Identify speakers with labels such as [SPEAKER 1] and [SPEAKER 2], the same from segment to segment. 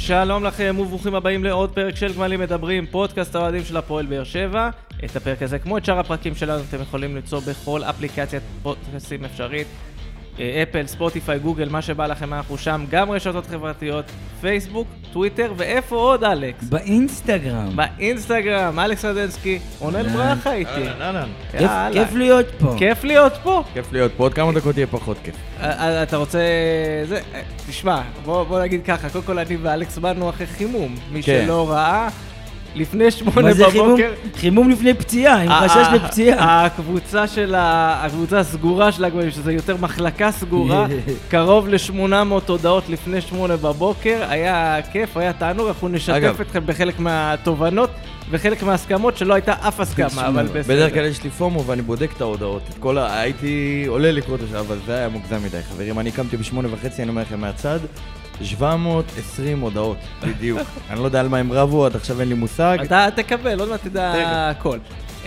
[SPEAKER 1] שלום לכם וברוכים הבאים לעוד פרק של גמלים מדברים, פודקאסט האוהדים של הפועל באר שבע. את הפרק הזה, כמו את שאר הפרקים שלנו, אתם יכולים למצוא בכל אפליקציית פודקאסטים אפשרית. אפל, ספוטיפיי, גוגל, מה שבא לכם, אנחנו שם. גם רשתות חברתיות, פייסבוק, טוויטר, ואיפה עוד, אלכס? באינסטגרם, אלכס רדנסקי, רונן ברכה איתי.
[SPEAKER 2] אהלן.
[SPEAKER 3] כיף להיות פה.
[SPEAKER 1] כיף להיות פה.
[SPEAKER 2] כיף להיות פה, עוד כמה דקות יהיה פחות כיף.
[SPEAKER 1] אתה רוצה... תשמע, בוא נגיד ככה, קודם כל אני ואלכס באנו אחרי חימום. מי שלא ראה, לפני 8
[SPEAKER 3] מה זה
[SPEAKER 1] בבוקר...
[SPEAKER 3] חימום לפני פציעה, עם חשש לפציעה.
[SPEAKER 1] הקבוצה הסגורה של הגמלים, שזה יותר מחלקה סגורה, קרוב ל-800 הודעות לפני 8 בבוקר, היה כיף, היה תענוג, אנחנו נשתף אתכם בחלק מהתובנות, וחלק מההסכמות שלא הייתה אף הסכמה, אבל בסדר.
[SPEAKER 2] בדרך כלל יש לי פומו ואני בודק את ההודעות, הייתי עולה לקרוא את השעה, אבל זה היה מוגזם מדי, חברים, אני קמתי ב8:30, אני אומר לכם מהצד, 720 הודעות, בדיוק. אני לא יודע על מה הם רבו, עד עכשיו אין לי מושג.
[SPEAKER 1] אתה תקבל, עוד מעט תדע הכל.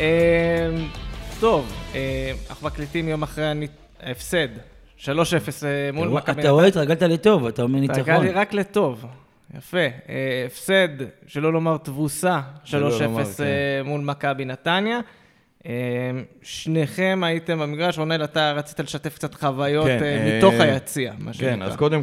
[SPEAKER 1] טוב, אנחנו מקליטים יום אחרי ההפסד, 3-0 מול מכבי.
[SPEAKER 3] אתה רואה, התרגלת לטוב, אתה אומר ניצחון.
[SPEAKER 1] התרגל לי רק לטוב, יפה. הפסד, שלא לומר תבוסה, 3-0 מול מכבי נתניה. שניכם הייתם במגרש, רונל, אתה רצית לשתף קצת חוויות מתוך היציאה.
[SPEAKER 2] כן, אז קודם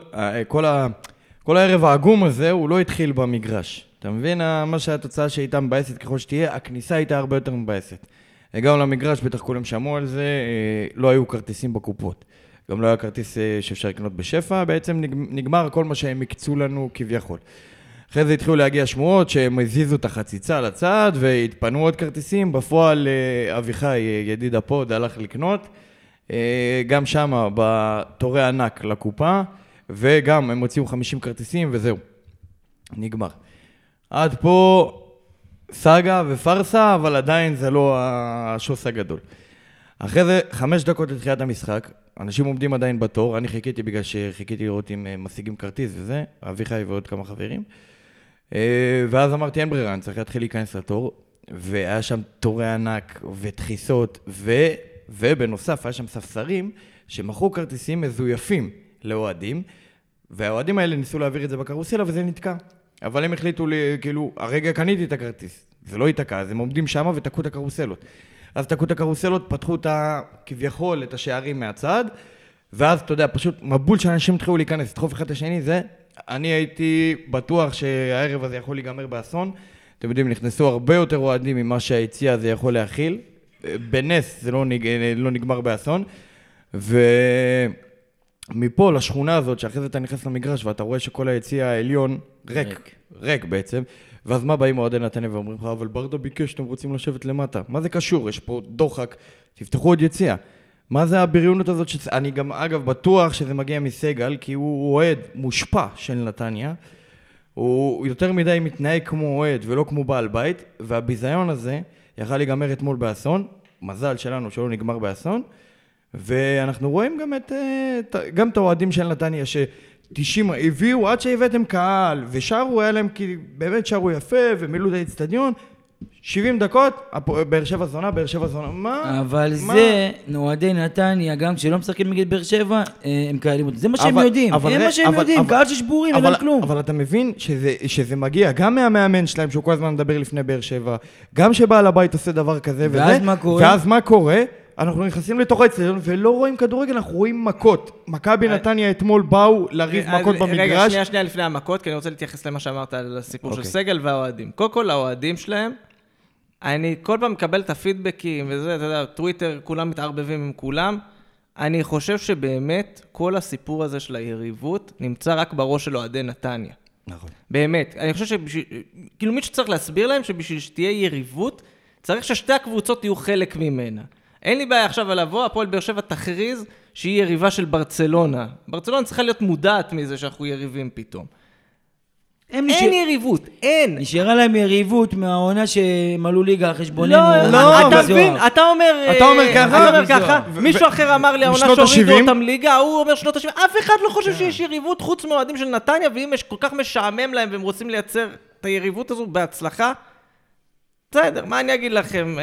[SPEAKER 2] כל הערב העגום הזה, הוא לא התחיל במגרש. אתה מבין? מה שהתוצאה שהייתה מבאסת ככל שתהיה, הכניסה הייתה הרבה יותר מבאסת. הגענו למגרש, בטח כולם שמעו על זה, לא היו כרטיסים בקופות. גם לא היה כרטיס שאפשר לקנות בשפע, בעצם נגמר כל מה שהם הקצו לנו כביכול. אחרי זה התחילו להגיע שמועות שהם הזיזו את החציצה לצד והתפנו עוד כרטיסים. בפועל אביחי, ידיד הפוד, הלך לקנות. גם שם בתורי ענק לקופה, וגם הם הוציאו 50 כרטיסים וזהו. נגמר. עד פה סאגה ופרסה, אבל עדיין זה לא השוס הגדול. אחרי זה 5 דקות לתחילת המשחק, אנשים עומדים עדיין בתור, אני חיכיתי בגלל שחיכיתי לראות אם משיגים כרטיס וזה, אביחי ועוד כמה חברים. ואז אמרתי, אין ברירה, אני צריך להתחיל להיכנס לתור, והיה שם תורי ענק ודחיסות, ובנוסף היה שם ספסרים שמכרו כרטיסים מזויפים לאוהדים, והאוהדים האלה ניסו להעביר את זה בקרוסלה וזה נתקע. אבל הם החליטו לי, כאילו, הרגע קניתי את הכרטיס, זה לא יתקע, אז הם עומדים שם ותקעו את הקרוסלות. אז תקעו את הקרוסלות, פתחו כביכול את השערים מהצד, ואז, אתה יודע, פשוט מבול שאנשים התחילו להיכנס, לדחוף אחד את השני, זה, אני הייתי בטוח שהערב הזה יכול להיגמר באסון. אתם יודעים, נכנסו הרבה יותר אוהדים ממה שהיציאה הזה יכול להכיל. בנס זה לא נגמר באסון. ומפה לשכונה הזאת, שאחרי זה אתה נכנס למגרש, ואתה רואה שכל היציאה העליון ריק בעצם, ואז מה באים אוהדי נתניה ואומרים לך, אבל ברדה ביקש שאתם רוצים לשבת למטה. מה זה קשור? יש פה דוחק, תפתחו עוד יציאה. מה זה הבריונות הזאת? אני גם, אגב, בטוח שזה מגיע מסגל, כי הוא אוהד מושפע של נתניה. הוא יותר מדי מתנהג כמו אוהד ולא כמו בעל בית, והביזיון הזה יכל להיגמר אתמול באסון. מזל שלנו שלא נגמר באסון. ואנחנו רואים גם את האוהדים של נתניה, ש90 הביאו עד שהבאתם קהל, ושרו, היה להם, כי באמת שרו יפה, ומילאו את האצטדיון. 70 דקות, באר שבע זונה, מה?
[SPEAKER 3] אבל זה, אוהדי נתניה, גם כשלא משחקים נגד באר שבע, הם קהלים אותם. זה מה שהם יודעים, קהל ששבורים, אין להם כלום.
[SPEAKER 2] אבל אתה מבין שזה מגיע גם מהמאמן שלהם, שהוא כל הזמן מדבר לפני באר שבע, גם שבעל הבית עושה דבר כזה וזה, ואז מה קורה? אנחנו נכנסים לתוך האצטדיון ולא רואים כדורגל, אנחנו רואים מכות. מכבי נתניה אתמול באו לריב מכות במגרש.
[SPEAKER 1] רגע, שנייה לפני המכות, כי אני רוצה להתייחס למה שאמרת על הסיפור של סגל והאוהדים. קודם כל, האוהדים שלהם, אני כל פעם מקבל את הפידבקים וזה, אתה יודע, טוויטר, כולם מתערבבים עם כולם. אני חושב שבאמת כל הסיפור הזה של היריבות נמצא רק בראש של אוהדי נתניה.
[SPEAKER 2] נכון.
[SPEAKER 1] באמת. אני חושב כאילו מישהו צריך להסביר להם שבשביל שתהיה יריבות, צריך ששתי הקבוצות יהיו חלק ממנה. אין לי בעיה עכשיו לבוא, הפועל באר שבע תכריז שהיא יריבה של ברצלונה. ברצלונה צריכה להיות מודעת מזה שאנחנו יריבים פתאום. אין יריבות, אין.
[SPEAKER 3] נשארה להם יריבות מהעונה שמלאו ליגה על חשבוננו.
[SPEAKER 1] לא, אתה מבין, אתה אומר ככה, מישהו אחר אמר לי העונה שהורידו אותם ליגה, הוא אומר שנות ה-70, אף אחד לא חושב שיש יריבות חוץ מאוהדים של נתניה, ואם יש כל כך משעמם להם והם רוצים לייצר את היריבות הזו בהצלחה, בסדר, מה אני אגיד לכם?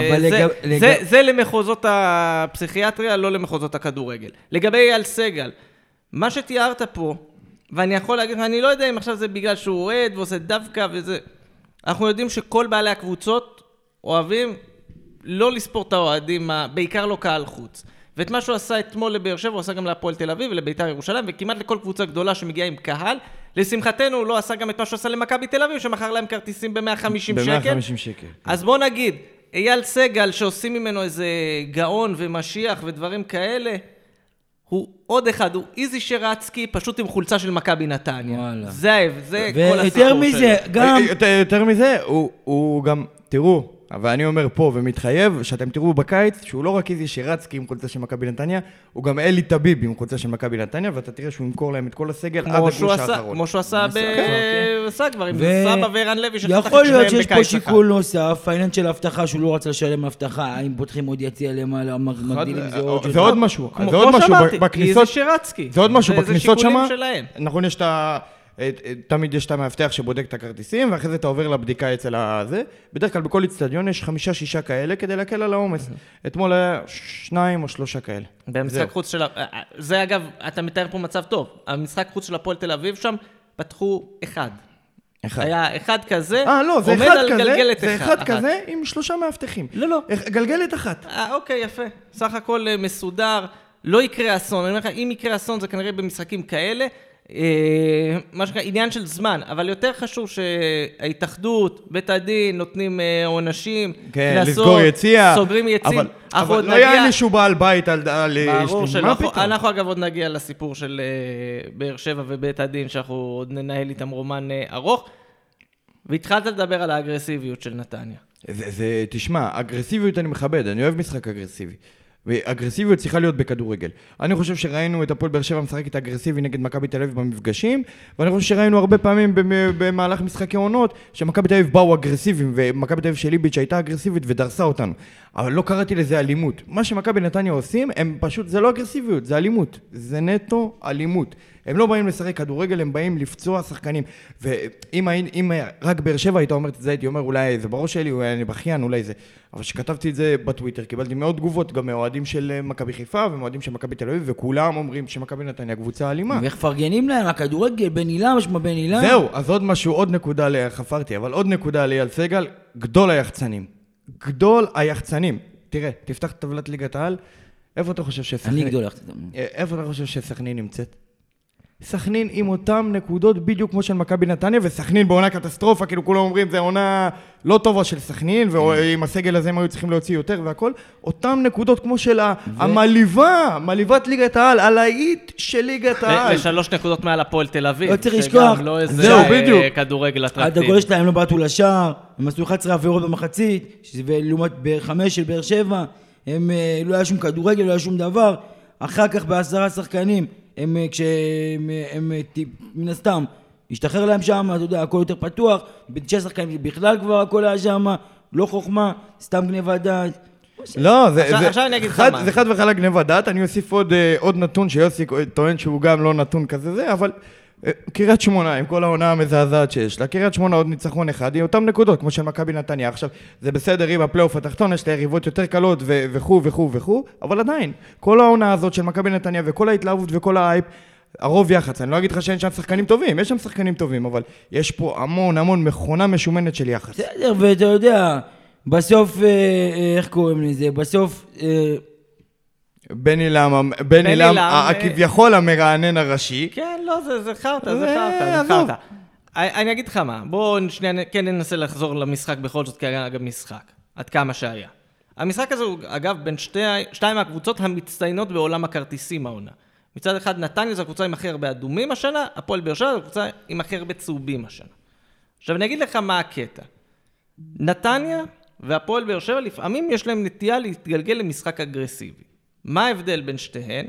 [SPEAKER 1] זה למחוזות הפסיכיאטריה, לא למחוזות הכדורגל. לגבי אייל סגל, מה שתיארת פה, ואני יכול להגיד, אני לא יודע אם עכשיו זה בגלל שהוא אוהד ועושה דווקא וזה. אנחנו יודעים שכל בעלי הקבוצות אוהבים לא לספור את האוהדים, בעיקר לא קהל חוץ. ואת מה שהוא עשה אתמול לבאר שבע, הוא עשה גם להפועל תל אביב ולביתר ירושלים, וכמעט לכל קבוצה גדולה שמגיעה עם קהל. לשמחתנו הוא לא עשה גם את מה שהוא עשה למכבי תל אביב, שמכר להם כרטיסים ב-150 שקל.
[SPEAKER 2] ב-150 שקל.
[SPEAKER 1] אז בוא נגיד, אייל סגל שעושים ממנו איזה גאון ומשיח ודברים כאלה, הוא עוד אחד, הוא איזי שרצקי, פשוט עם חולצה של מכבי נתניה. זה כל הסיפור שלו.
[SPEAKER 2] יותר מזה, הוא גם, תראו, אבל אני אומר פה ומתחייב שאתם תראו בקיץ שהוא לא רק איזי שרצקי עם חולצה של מכבי נתניה, הוא גם אלי טביב עם חולצה של מכבי נתניה, ואתה תראה שהוא ימכור להם את כל הסגל עד הגוש האחרון.
[SPEAKER 1] כמו שהוא עשה כבר עם סבא וערן לוי שחתך
[SPEAKER 3] יכול להיות שיש פה שיקול נוסף, העניין של ההבטחה שהוא לא רצה לשלם הבטחה, האם פותחים עוד יציע למעלה, מגדילים זה עוד.
[SPEAKER 2] זה עוד משהו.
[SPEAKER 1] כמו שאמרתי, איזי שרצקי.
[SPEAKER 2] זה עוד משהו בכניסות שמה. נכון, יש תמיד יש את המאבטח שבודק את הכרטיסים, ואחרי זה אתה עובר לבדיקה אצל הזה. בדרך כלל בכל אצטדיון יש 5-6 כאלה כדי להקל על העומס. אתמול היה 2 או 3 כאלה.
[SPEAKER 1] במשחק חוץ של... זה אגב, אתה מתאר פה מצב טוב. המשחק חוץ של הפועל תל אביב שם, פתחו אחד. היה אחד כזה,
[SPEAKER 2] לא, זה
[SPEAKER 1] עומד
[SPEAKER 2] אחד
[SPEAKER 1] על
[SPEAKER 2] כזה,
[SPEAKER 1] גלגלת
[SPEAKER 2] זה אחד כזה עם 3 מאבטחים.
[SPEAKER 1] לא.
[SPEAKER 2] גלגלת אחת.
[SPEAKER 1] אוקיי, יפה. סך הכל מסודר. לא יקרה אסון. אני אומר לך, אם יקרה אסון זה כנראה במשחקים כאלה. מה שקרה, עניין של זמן, אבל יותר חשוב שההתאחדות, בית הדין, נותנים עונשים,
[SPEAKER 2] לסגור יציאה,
[SPEAKER 1] סוגרים יציאים.
[SPEAKER 2] אבל לא היה מישהו בעל בית על...
[SPEAKER 1] ברור שלא, אנחנו אגב עוד נגיע לסיפור של באר שבע ובית הדין, שאנחנו עוד ננהל איתם רומן ארוך, והתחלת לדבר על האגרסיביות של נתניה.
[SPEAKER 2] תשמע, אגרסיביות אני מכבד, אני אוהב משחק אגרסיבי. ואגרסיביות צריכה להיות בכדורגל. אני חושב שראינו את הפועל באר שבע משחקת אגרסיבי נגד מכבי תל אביב במפגשים, ואני חושב שראינו הרבה פעמים במהלך משחקי עונות, שמכבי תל אביב באו אגרסיביים, ומכבי תל אביב של ליביץ' הייתה אגרסיבית ודרסה אותנו. אבל לא קראתי לזה אלימות. מה שמכבי נתניה עושים, הם פשוט, זה לא אגרסיביות, זה אלימות. זה נטו אלימות. הם לא באים לשחק כדורגל, הם באים לפצוע שחקנים. ואם רק באר שבע היית אומרת את זה, הייתי אומר אולי זה בראש שלי, אולי אני בכיין, אולי זה. אבל שכתבתי את זה בטוויטר, קיבלתי מאוד תגובות, גם מאוהדים של מכבי חיפה ומאוהדים של מכבי תל אביב, וכולם אומרים שמכבי נתניה קבוצה אלימה.
[SPEAKER 3] ואיך פרגנים להם, הכדורגל, בן אילם, משמע בן אילם.
[SPEAKER 2] זהו, אז עוד משהו, עוד נקודה חפרתי, אבל עוד נקודה לאייל סגל, גדול היחצנים. גדול היחצנים. תראה, תפתח את טבלת ליגת העל, איפה אתה חושב שסכנין?
[SPEAKER 3] אני גדול היחצנים.
[SPEAKER 2] איפה אתה חושב שסכנין נמצאת? סכנין עם אותם נקודות בדיוק כמו של מכבי נתניה, וסכנין בעונה קטסטרופה, כאילו כולם אומרים, זה עונה לא טובה של סכנין, ועם הסגל הזה הם היו צריכים להוציא יותר והכל, אותם נקודות כמו של מליבת ליגת העל, הלהיט של ליגת העל.
[SPEAKER 1] ו3 נקודות מעל הפועל תל אביב.
[SPEAKER 3] לא צריך לשכוח.
[SPEAKER 1] לא איזה כדורגל אטרקטיבי.
[SPEAKER 3] הדגול שלהם לא בעטו לשער, הם עשו 11 עבירות במחצית, ולעומת ב5 של באר שבע, הם לא היה שום כדורגל, לא היה שום דבר. אחר כך ב10 שחקנים, כשהם מן הסתם השתחרר להם שם, אתה יודע, הכל יותר פתוח, ב9 שחקנים בכלל כבר הכל היה שם, לא חוכמה, סתם גניבת דעת.
[SPEAKER 2] לא, זה חד וחלק גניבת דעת, אני אוסיף עוד נתון שיוסי טוען שהוא גם לא נתון כזה זה, אבל קריית שמונה, עם כל העונה המזעזעת שיש לה, קריית שמונה עוד ניצחון אחד, היא אותם נקודות, כמו של מכבי נתניה. עכשיו, זה בסדר, אם הפלייאוף התחתון יש לה יריבות יותר קלות וכו', אבל עדיין, כל העונה הזאת של מכבי נתניה וכל ההתלהבות וכל האייפ, הרוב יחץ. אני לא אגיד לך שאין שם שחקנים טובים, יש שם שחקנים טובים, אבל יש פה המון מכונה משומנת של יחץ.
[SPEAKER 3] בסדר, ואתה יודע, בסוף, איך קוראים לזה? בסוף...
[SPEAKER 2] בן אילם, כביכול המרענן הראשי.
[SPEAKER 1] כן, לא, זה חרטה. אני אגיד לך מה, בואו שנייה, כן ננסה לחזור למשחק בכל זאת, כי היה גם משחק, עד כמה שהיה. המשחק הזה הוא, אגב, בין שתיים מהקבוצות המצטיינות בעולם הכרטיסים העונה. מצד אחד, נתניה זו הקבוצה עם הכי הרבה אדומים השנה, הפועל באר שבע זו הקבוצה עם הכי הרבה צהובים השנה. עכשיו, אני אגיד לך מה הקטע. נתניה והפועל באר שבע, לפעמים יש להם נטייה להתגלגל למשחק אגרסיבי. מה ההבדל בין שתיהן?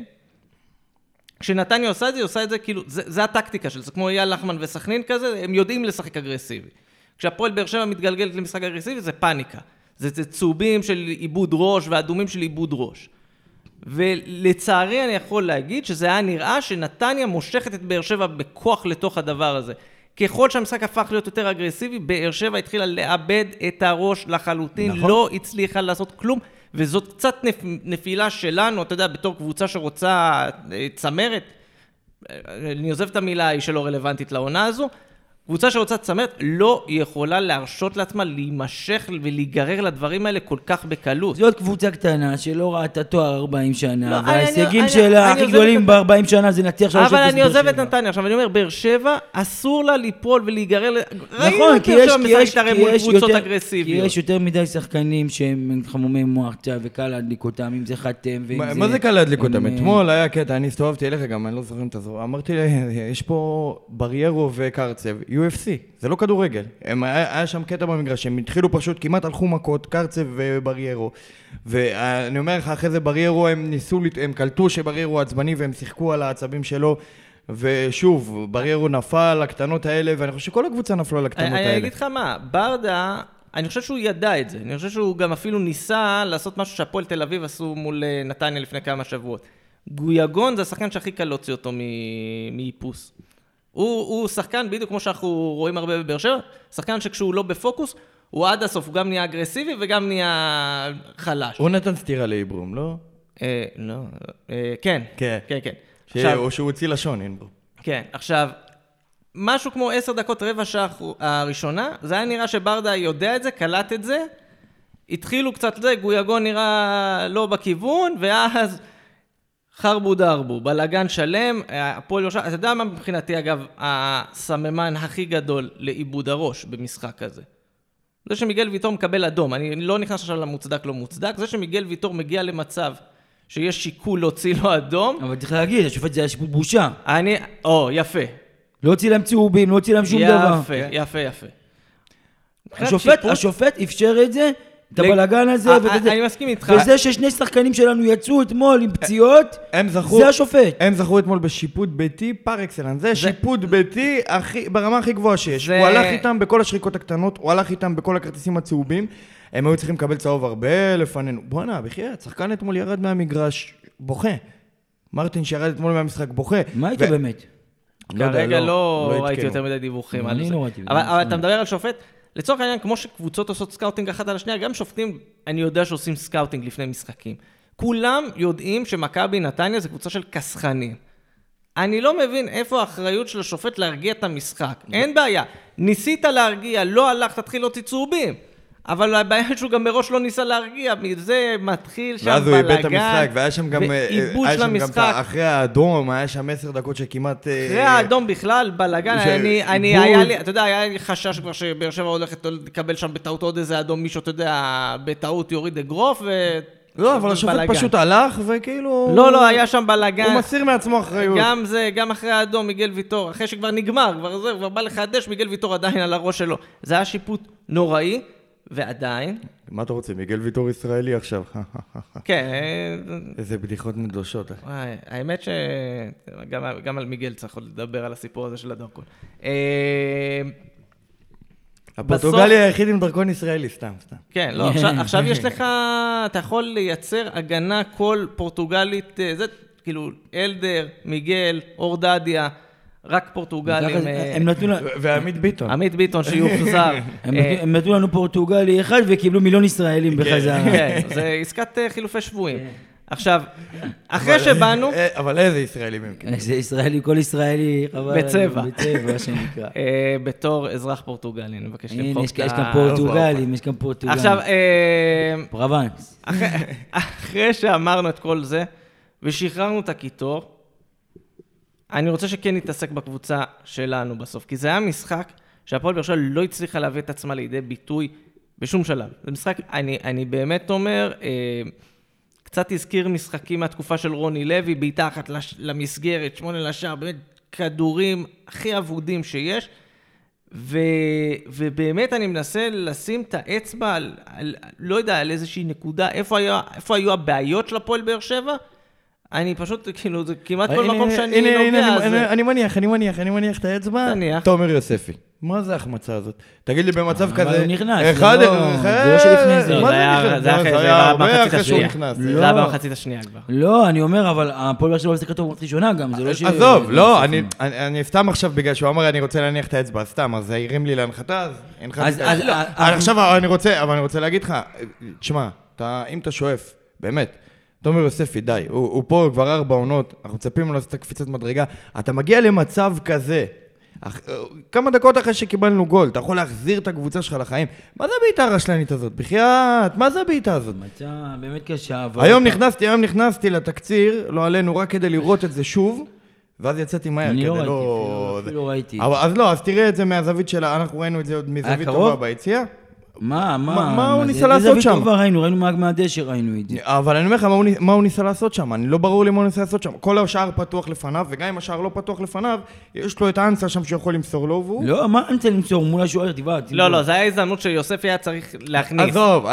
[SPEAKER 1] כשנתניה עושה את זה, היא עושה את זה כאילו, זה הטקטיקה של זה, כמו אייל לחמן וסכנין כזה, הם יודעים לשחק אגרסיבי. כשהפועל באר שבע מתגלגלת למשחק אגרסיבי, זה פאניקה. זה צהובים של עיבוד ראש ואדומים של עיבוד ראש. ולצערי אני יכול להגיד שזה היה נראה שנתניה מושכת את באר שבע בכוח לתוך הדבר הזה. ככל שהמשחק הפך להיות יותר אגרסיבי, באר שבע התחילה לאבד את הראש לחלוטין, נכון. לא הצליחה לעשות כלום, וזאת קצת נפילה שלנו, אתה יודע, בתור קבוצה שרוצה צמרת, אני עוזב את המילה היא שלא רלוונטית לעונה הזו, קבוצה שרוצה צמרת לא יכולה להרשות לעצמה להימשך ולהיגרר לדברים האלה כל כך בקלות.
[SPEAKER 3] זאת קבוצה קטנה שלא ראתה תואר 40 שנה, וההישגים שלה הכי גדולים ב-40 שנה זה נתיח 3-0
[SPEAKER 1] אבל אני עוזב את נתניה. עכשיו אני אומר, באר שבע אסור לה ליפול ולהיגרר,
[SPEAKER 3] נכון, כי
[SPEAKER 1] יש
[SPEAKER 3] יותר מדי שחקנים שהם חמומי מוח וקל להדליק אותם, אם זה חתם
[SPEAKER 2] מה זה קל להדליק אותם? אתמול היה קטע, אני הסתובבתי אליך גם, אני לא זוכר אם תעזור, אמרתי יש פה בריירו וקרצב, UFC, זה לא כדורגל. היה שם קטע במגרש, הם התחילו פשוט, כמעט הלכו מכות, קרצב ובריירו. ואני אומר לך, אחרי זה בריירו, הם קלטו שבריירו עצבני, והם שיחקו על העצבים שלו. ושוב, בריירו נפל על הקטנות האלה, ואני חושב שכל הקבוצה נפלו על הקטנות האלה.
[SPEAKER 1] אני אגיד לך מה, ברדה, אני חושב שהוא ידע את זה. אני חושב שהוא גם אפילו ניסה לעשות משהו שהפועל תל אביב עשו מול נתניה לפני כמה שבועות. גויגון זה השחקן שהכי קל להוציא אותו מאיפוס. הוא שחקן, בדיוק כמו שאנחנו רואים הרבה בבאר שבע, שחקן שכשהוא לא בפוקוס, הוא עד הסוף, הוא גם נהיה אגרסיבי וגם נהיה חלש.
[SPEAKER 2] הוא נתן סתירה לאיברום, לא?
[SPEAKER 1] לא, כן.
[SPEAKER 2] כן. או שהוא הוציא לשון, אינברום.
[SPEAKER 1] כן, עכשיו, משהו כמו 10 דקות, רבע שעה הראשונה, זה היה נראה שברדה יודע את זה, קלט את זה, התחילו קצת זה, גויגון נראה לא בכיוון, ואז חרבו דרבו, בלגן שלם, הפועל ירושלים, אתה יודע מה מבחינתי אגב, הסממן הכי גדול לאיבוד הראש במשחק הזה? זה שמיגל ויטור מקבל אדום, אני לא נכנס עכשיו למוצדק לא מוצדק, זה שמיגל ויטור מגיע למצב שיש שיקול להוציא לו אדום.
[SPEAKER 3] אבל צריך להגיד, השופט זה היה שיפוט בושה.
[SPEAKER 1] יפה.
[SPEAKER 3] לא הוציא להם צהובים, לא הוציא להם שום דבר.
[SPEAKER 1] יפה.
[SPEAKER 3] השופט אפשר את זה, את הבלגן הזה,
[SPEAKER 1] אני מסכים איתך.
[SPEAKER 3] וזה ששני שחקנים שלנו יצאו אתמול עם פציעות, זה השופט.
[SPEAKER 2] הם זכו אתמול בשיפוט ביתי פר אקסלנס, זה שיפוט ביתי ברמה הכי גבוהה שיש. הוא הלך איתם בכל השריקות הקטנות, הוא הלך איתם בכל הכרטיסים הצהובים, הם היו צריכים לקבל צהוב הרבה לפנינו. בוא'נה, בחייאת, שחקן אתמול ירד מהמגרש, בוכה. מרטין שירד אתמול מהמשחק, בוכה.
[SPEAKER 3] מה איתו באמת?
[SPEAKER 1] כרגע לא ראיתי יותר מדי דיווחים על זה. אבל אתה מדבר על שופט, לצורך העניין, כמו שקבוצות עושות סקאוטינג אחת על השנייה, גם שופטים, אני יודע שעושים סקאוטינג לפני משחקים. כולם יודעים שמכבי נתניה זה קבוצה של כסחנים. אני לא מבין איפה האחריות של השופט להרגיע את המשחק. אין בעיה. ניסית להרגיע, לא הלך, תתחיל להוציא צהובים. אבל הבעיה שהוא גם מראש לא ניסה להרגיע, מזה מתחיל שם בלגן.
[SPEAKER 2] ואז הוא איבד את המשחק, והיה שם גם,
[SPEAKER 1] ואיבוד של המשחק.
[SPEAKER 2] אחרי האדום, היה שם 10 דקות שכמעט...
[SPEAKER 1] אחרי האדום בכלל, בלגן, היה לי, אתה יודע, היה לי חשש כבר שבאר שבע הולכת לקבל שם בטעות עוד איזה אדום, מישהו, אתה יודע, בטעות יוריד אגרוף,
[SPEAKER 2] לא, אבל השופט פשוט הלך, וכאילו...
[SPEAKER 1] לא, היה שם בלגן.
[SPEAKER 2] הוא מסיר מעצמו אחריות.
[SPEAKER 1] גם זה, גם אחרי האדום, מיגל ויטור, אחרי שכבר נגמר, כבר בא לחדש, מיגל ויטור עדיין על הראש שלו. זה היה שיפוט נוראי. ועדיין...
[SPEAKER 2] מה אתה רוצה? מיגל ויטור ישראלי עכשיו.
[SPEAKER 1] כן.
[SPEAKER 2] איזה בדיחות נדלושות.
[SPEAKER 1] האמת שגם על מיגל צריך לדבר על הסיפור הזה של הדרכון.
[SPEAKER 2] הפורטוגלי היחיד עם דרכון ישראלי, סתם.
[SPEAKER 1] כן, לא, עכשיו יש לך, אתה יכול לייצר הגנה כל פורטוגלית, זה כאילו אלדר, מיגל, אורדדיה, רק פורטוגלים.
[SPEAKER 2] ועמית ביטון.
[SPEAKER 1] עמית ביטון שיוחזר.
[SPEAKER 3] הם נתנו לנו פורטוגלי אחד וקיבלו מיליון ישראלים בחזרה.
[SPEAKER 1] כן, זה עסקת חילופי שבויים. עכשיו, אחרי שבאנו...
[SPEAKER 2] אבל איזה ישראלים הם?
[SPEAKER 3] איזה ישראלי, כל ישראלי...
[SPEAKER 1] בצבע.
[SPEAKER 3] בצבע, מה שנקרא.
[SPEAKER 1] בתור אזרח פורטוגלי, אני מבקש למחוק את ה...
[SPEAKER 3] יש כאן פורטוגלים, יש כאן פורטוגלים.
[SPEAKER 1] עכשיו...
[SPEAKER 3] פרוונס.
[SPEAKER 1] אחרי שאמרנו את כל זה, ושחררנו את הקיטור, אני רוצה שכן נתעסק בקבוצה שלנו בסוף, כי זה היה משחק שהפועל באר שבע לא הצליחה להביא את עצמה לידי ביטוי בשום שלב. זה משחק, אני באמת אומר, קצת הזכיר משחקים מהתקופה של רוני לוי, בעיטה אחת למסגרת, 8 לשער, באמת כדורים הכי אבודים שיש, ובאמת אני מנסה לשים את האצבע לא יודע, על איזושהי נקודה, איפה היו הבעיות של הפועל באר שבע, אני פשוט, כאילו, זה כמעט כל מקום שאני נוגע.
[SPEAKER 2] אני מניח את האצבע.
[SPEAKER 1] תניח.
[SPEAKER 2] תומר יוספי. מה זה ההחמצה הזאת? תגיד לי במצב כזה...
[SPEAKER 3] אבל הוא נכנס.
[SPEAKER 2] אחד...
[SPEAKER 3] זה לא שלפני זה.
[SPEAKER 1] זה היה במחצית השנייה. זה היה במחצית השנייה כבר.
[SPEAKER 3] לא, אני אומר, אבל הפועל באר שבע מסתכלת טוב ראשונה גם.
[SPEAKER 2] עזוב, לא, אני סתם עכשיו בגלל שהוא אמר, אני רוצה להניח את האצבע, סתם, אז זה הרים לי להנחתה, אז... עכשיו אני רוצה להגיד לך, תשמע, אם אתה שואף, באמת, תומר יוספי, די, הוא פה כבר 4 עונות, אנחנו מצפים לו לעשות את הקפיצת מדרגה, אתה מגיע למצב כזה, כמה דקות אחרי שקיבלנו גול, אתה יכול להחזיר את הקבוצה שלך לחיים, מה זה הבעיטה הרשלנית הזאת? בחייאת, מה זה הבעיטה הזאת?
[SPEAKER 3] מצא באמת קשה.
[SPEAKER 2] היום נכנסתי לתקציר, לא עלינו, רק כדי לראות את זה שוב, ואז יצאתי מהר,
[SPEAKER 3] אני לא ראיתי.
[SPEAKER 2] אז תראה את זה מהזווית שלה, אנחנו ראינו את זה עוד מזווית טובה ביציאה.
[SPEAKER 3] מה
[SPEAKER 2] הוא ניסה לעשות שם?
[SPEAKER 3] ראינו מהדשא ראינו את זה.
[SPEAKER 2] אבל אני אומר לך, מה הוא ניסה לעשות שם? אני לא ברור לי מה הוא ניסה לעשות שם. כל השער פתוח לפניו, וגם אם השער לא פתוח לפניו, יש לו את האנסה שם שיכול למסור לו, והוא...
[SPEAKER 3] לא, מה אנסה למסור? מול השוער, תבעט.
[SPEAKER 1] לא, זה היה הזדמנות שיוספי היה צריך להכניס.
[SPEAKER 2] עזוב,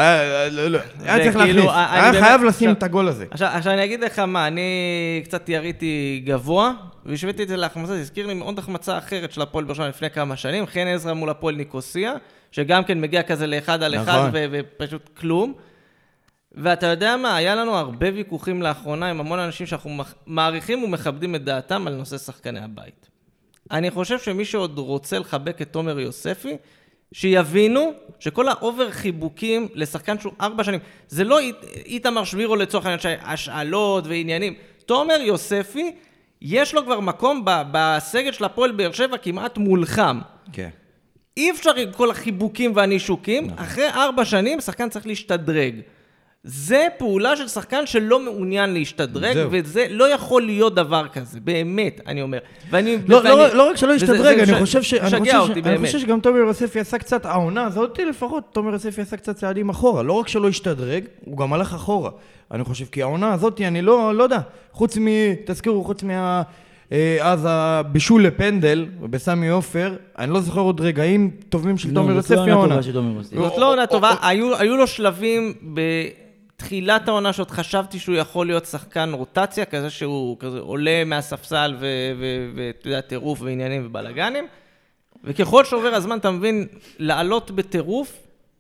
[SPEAKER 2] היה צריך להכניס. היה חייב לשים את הגול הזה.
[SPEAKER 1] עכשיו אני אגיד לך מה, אני קצת יריתי גבוה, והשוויתי את זה להחמצה, זה הזכיר לי מאוד החמצה אחרת של הפועל באר שבע לפני כמה שנים, חן עזרא מול הפועל ניקוסיה, שגם כן מגיע כזה לאחד על אחד ופשוט כלום. ואתה יודע מה, היה לנו הרבה ויכוחים לאחרונה עם המון אנשים שאנחנו מעריכים ומכבדים את דעתם על נושא שחקני הבית. אני חושב שמי שעוד רוצה לחבק את תומר יוספי, שיבינו שכל האובר חיבוקים לשחקן שהוא 4 שנים, זה לא איתמר שבירו לצורך העניין השאלות ועניינים. תומר יוספי, יש לו כבר מקום בסגל של הפועל באר שבע כמעט מולחם.
[SPEAKER 2] כן.
[SPEAKER 1] אי אפשר עם כל החיבוקים והנישוקים, אחרי 4 שנים שחקן צריך להשתדרג. זה פעולה של שחקן שלא מעוניין להשתדרג, וזה לא יכול להיות דבר כזה, באמת, אני אומר.
[SPEAKER 2] לא רק שלא ישתדרג, אני חושב שגם תומר יוספי עשה קצת, העונה הזאת לפחות, תומר יוספי עשה קצת צעדים אחורה, לא רק שלא ישתדרג, הוא גם הלך אחורה. אני חושב, כי העונה הזאת, אני לא יודע, תזכירו, חוץ אז הבישול לפנדל, בסמי עופר, אני לא זוכר עוד רגעים טובים של תומר יוספי העונה.
[SPEAKER 1] זאת לא עונה טובה, היו לו שלבים בתחילת העונה שעוד חשבתי שהוא יכול להיות שחקן רוטציה, כזה שהוא עולה מהספסל ואתה יודע, טירוף ועניינים ובלגנים, וככל שעובר הזמן אתה מבין לעלות בטירוף,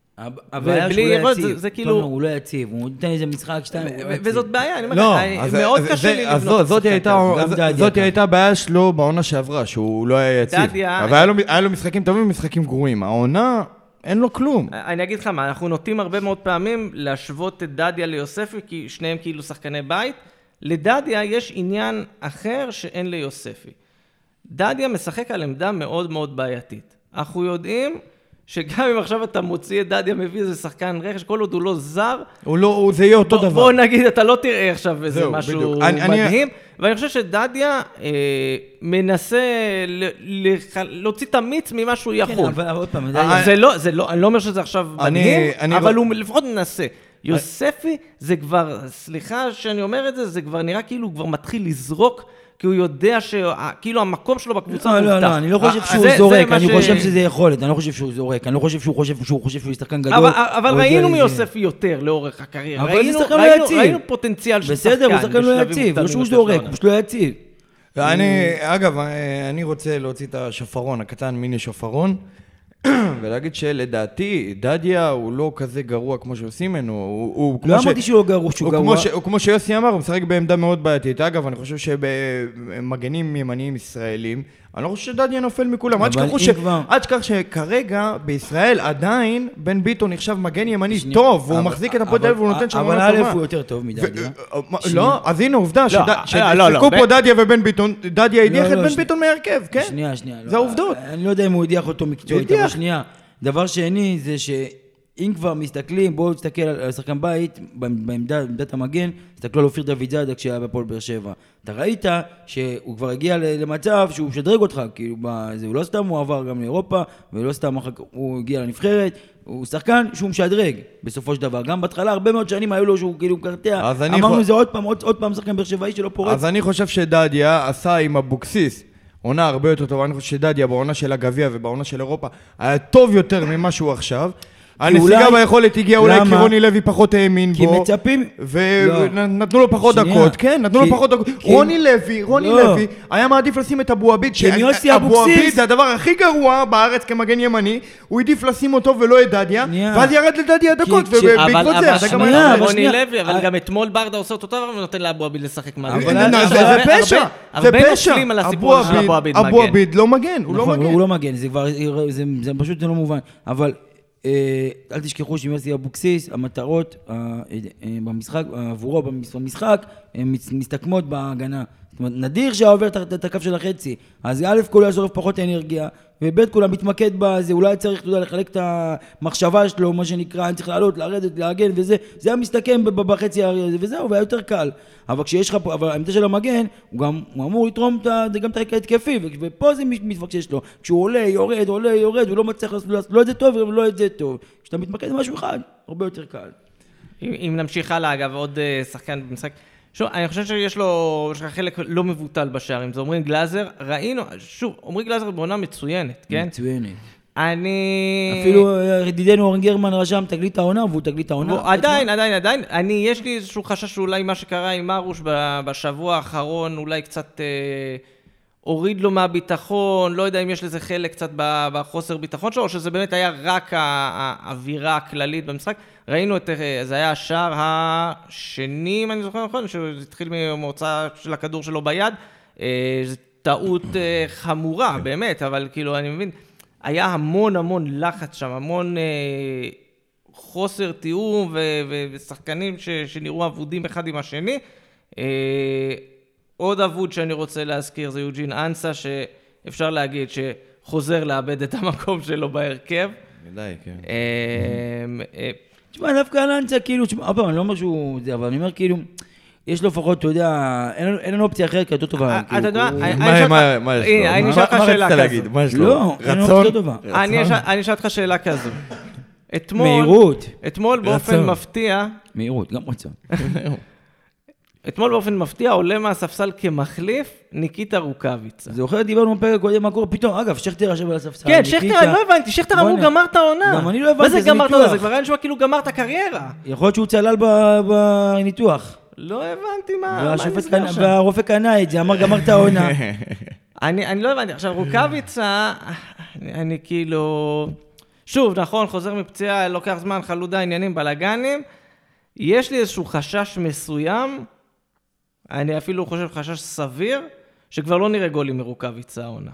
[SPEAKER 3] הבעיה שהוא לא יציב, זה כאילו... הוא לא יציב, הוא נותן איזה משחק 2, הוא לא יציב.
[SPEAKER 1] וזאת בעיה, אני אומר, מאוד קשה לי לבנות.
[SPEAKER 2] זאת הייתה הבעיה שלו בעונה שעברה, שהוא לא היה יציב. אבל היה לו משחקים טובים ומשחקים גרועים. העונה, אין לו כלום.
[SPEAKER 1] אני אגיד לך מה, אנחנו נוטים הרבה מאוד פעמים להשוות את דדיה ליוספי, כי שניהם כאילו שחקני בית. לדדיה יש עניין אחר שאין ליוספי. דדיה משחק על עמדה מאוד מאוד בעייתית. אנחנו יודעים שגם אם עכשיו אתה מוציא את דדיה, מביא איזה שחקן רכש, כל עוד הוא לא זר,
[SPEAKER 2] זה יהיה אותו דבר.
[SPEAKER 1] בוא נגיד, אתה לא תראה עכשיו איזה משהו מדהים, ואני חושב שדדיה מנסה להוציא את המיץ ממה שהוא יכול. אבל עוד פעם, אני לא אומר שזה עכשיו מדהים, אבל הוא לפחות מנסה. יוספי זה כבר, סליחה שאני אומר את זה, זה כבר נראה כאילו הוא כבר מתחיל לזרוק, כי הוא יודע שכאילו המקום שלו בקבוצה מובטח.
[SPEAKER 3] לא, אני לא חושב שהוא זורק, אני חושב שזה יכולת, אני לא חושב שהוא זורק, אני לא חושב שהוא חושב שהוא ישחקן גדול.
[SPEAKER 1] אבל ראינו מיוספי יותר לאורך הקריירה. ראינו פוטנציאל של שחקן.
[SPEAKER 3] בסדר, הוא שחקן לא יציב, לא שהוא זורק, הוא פשוט לא יציב.
[SPEAKER 2] אגב, אני רוצה להוציא את השופרון, הקטן מיני שופרון, ולהגיד שלדעתי, דדיה הוא לא כזה גרוע כמו שעושים ממנו.
[SPEAKER 3] לא אמרתי שהוא גרוע, שהוא גרוע.
[SPEAKER 2] כמו שיוסי אמר, הוא משחק בעמדה מאוד בעייתית. אגב, אני חושב שבמגנים ימניים ישראלים, אני לא חושב שדדיה נופל מכולם. עד שכך שכרגע בישראל עדיין בן ביטון נחשב מגן ימני טוב, והוא מחזיק את הפועל תל אביב והוא נותן שם עונה טובה.
[SPEAKER 3] אבל א' הוא יותר טוב מדדיה.
[SPEAKER 2] לא, אז הנה עובדה, ששיחקו פה דדיה ובן ביטון, דדיה הדיח את בן ביטון מהרכב, כן?
[SPEAKER 3] שנייה.
[SPEAKER 2] זה העובדות.
[SPEAKER 3] אני לא יודע אם הוא הדיח אותו מקצועית, אבל שנייה. דבר שני זה שאם כבר מסתכלים, בואו תסתכל על שחקן בית, בעמדת המגן, תסתכלו על אופיר דוד זאדה כשהיה בפועל באר שבע. אתה ראית שהוא כבר הגיע למצב שהוא משדרג אותך, כאילו, הוא לא סתם הוא עבר גם לאירופה, ולא סתם הוא הגיע לנבחרת, הוא שחקן שהוא משדרג בסופו של דבר. גם בהתחלה הרבה מאוד שנים היו לו שהוא כאילו קרטע, אמרנו זה עוד פעם שחקן באר שבעי שלא פורץ.
[SPEAKER 2] אז אני חושב שדדיה עשה עם אבוקסיס עונה הרבה יותר טובה, אני חושב שדדיה בעונה של הגביע ובעונה של אירופה היה טוב יותר ממה שהוא עכשיו. הנסיגה ביכולת הגיעה אולי כי רוני לוי פחות האמין בו.
[SPEAKER 3] כי מצפים...
[SPEAKER 2] ונתנו לו פחות דקות, כן, נתנו לו פחות דקות. רוני לוי היה מעדיף לשים את אבו עביד, שאבו עביד זה הדבר הכי גרוע בארץ כמגן ימני, הוא העדיף לשים אותו ולא את דדיה, ואז ירד לדדיה דקות, ובעקבות זה אתה גם היה...
[SPEAKER 1] רוני לוי, אבל גם אתמול ברדה עושה אותו דבר ונותן לאבו עביד לשחק מגן.
[SPEAKER 2] זה פשע, זה פשע.
[SPEAKER 1] אבו עביד
[SPEAKER 2] לא מגן,
[SPEAKER 3] הוא לא מגן, זה פשוט לא מובן, אבל אל תשכחו שעם יוסי אבוקסיס, המטרות במשחק, עבורו במשחק, הן מסתכמות בהגנה. זאת אומרת, נדיר שעובר את הקו של החצי, אז א' כולה יש עורף פחות אנרגיה, וב' כולה מתמקד בזה, אולי צריך לחלק את המחשבה שלו, מה שנקרא, אני צריך לעלות, לרדת, להגן וזה, זה היה מסתכם בחצי הזה, וזהו, והיה יותר קל. אבל כשיש לך פה, אבל העמדה של המגן, הוא אמור לתרום גם את הרקע התקפי, ופה זה מתפקשש לו. כשהוא עולה, יורד, הוא לא מצליח לעשות לא את זה טוב ולא את זה טוב. כשאתה מתמקד במשהו אחד, הרבה יותר קל.
[SPEAKER 1] אם נמשיך הלאה, אגב, עוד שחקן במשחק, שוב, אני חושב שיש לו חלק לא מבוטל בשערים, זה עומרי גלאזר, ראינו, שוב, עומרי גלאזר בעונה מצוינת, כן?
[SPEAKER 3] מצוינת.
[SPEAKER 1] אני...
[SPEAKER 3] אפילו ידידנו אורן גרמן רשם תגלית העונה, והוא תגלית העונה.
[SPEAKER 1] עדיין, יש לי איזשהו חשש שאולי מה שקרה עם מרוש בשבוע האחרון, אולי קצת הוריד לו מהביטחון, לא יודע אם יש לזה חלק קצת בחוסר ביטחון שלו, או שזה באמת היה רק האווירה הכללית במשחק. ראינו זה היה השער השני, אם אני זוכר נכון, שזה התחיל ממוצא של הכדור שלו ביד, זו טעות חמורה, באמת, אבל כאילו אני מבין, היה המון לחץ שם, המון חוסר תיאום ושחקנים שנראו עבודים אחד עם השני. עוד עבוד שאני רוצה להזכיר זה יוג'ין אנסה, שאפשר להגיד שחוזר לאבד את המקום שלו בהרכב.
[SPEAKER 2] מדי, כן.
[SPEAKER 3] תשמע, דווקא אנסה כאילו, אני לא אומר שהוא זה, אבל אני אומר כאילו, יש לו לפחות, אתה יודע, אין לנו אופציה אחרת כזאת טובה.
[SPEAKER 1] אתה יודע,
[SPEAKER 2] מה יש לו?
[SPEAKER 1] אני אשאל אותך שאלה כזו.
[SPEAKER 2] מה יש לו?
[SPEAKER 3] לא, אין לנו אופציה טובה.
[SPEAKER 1] אני אשאל אותך שאלה כזו.
[SPEAKER 3] מהירות.
[SPEAKER 1] אתמול באופן מפתיע...
[SPEAKER 3] מהירות, גם רצון.
[SPEAKER 1] אתמול באופן מפתיע עולה מהספסל כמחליף ניקיטה רוקאביצה.
[SPEAKER 3] זוכר, דיברנו בפרק קודם מה קורה פתאום. אגב, שכטר ישב על הספסל.
[SPEAKER 1] כן, שכטר, אני לא הבנתי, שכטר אמרו גמר את העונה.
[SPEAKER 3] גם אני לא הבנתי,
[SPEAKER 1] מה זה גמר את העונה? זה כבר היה נשמע כאילו גמר את הקריירה.
[SPEAKER 3] יכול להיות שהוא צלל בניתוח.
[SPEAKER 1] לא הבנתי מה נסגר שם.
[SPEAKER 3] והרופא קנה את זה, אמר גמר את העונה.
[SPEAKER 1] אני לא הבנתי. עכשיו, רוקאביצה, אני כאילו... שוב, נכון, חוזר מפציעה, לוקח זמן, חלודה, עניינים, בלגנים. יש לי איזשהו חשש מסוים, אני אפילו חושב חשש סביר, שכבר לא נראה גולים מרוקאביצה העונה.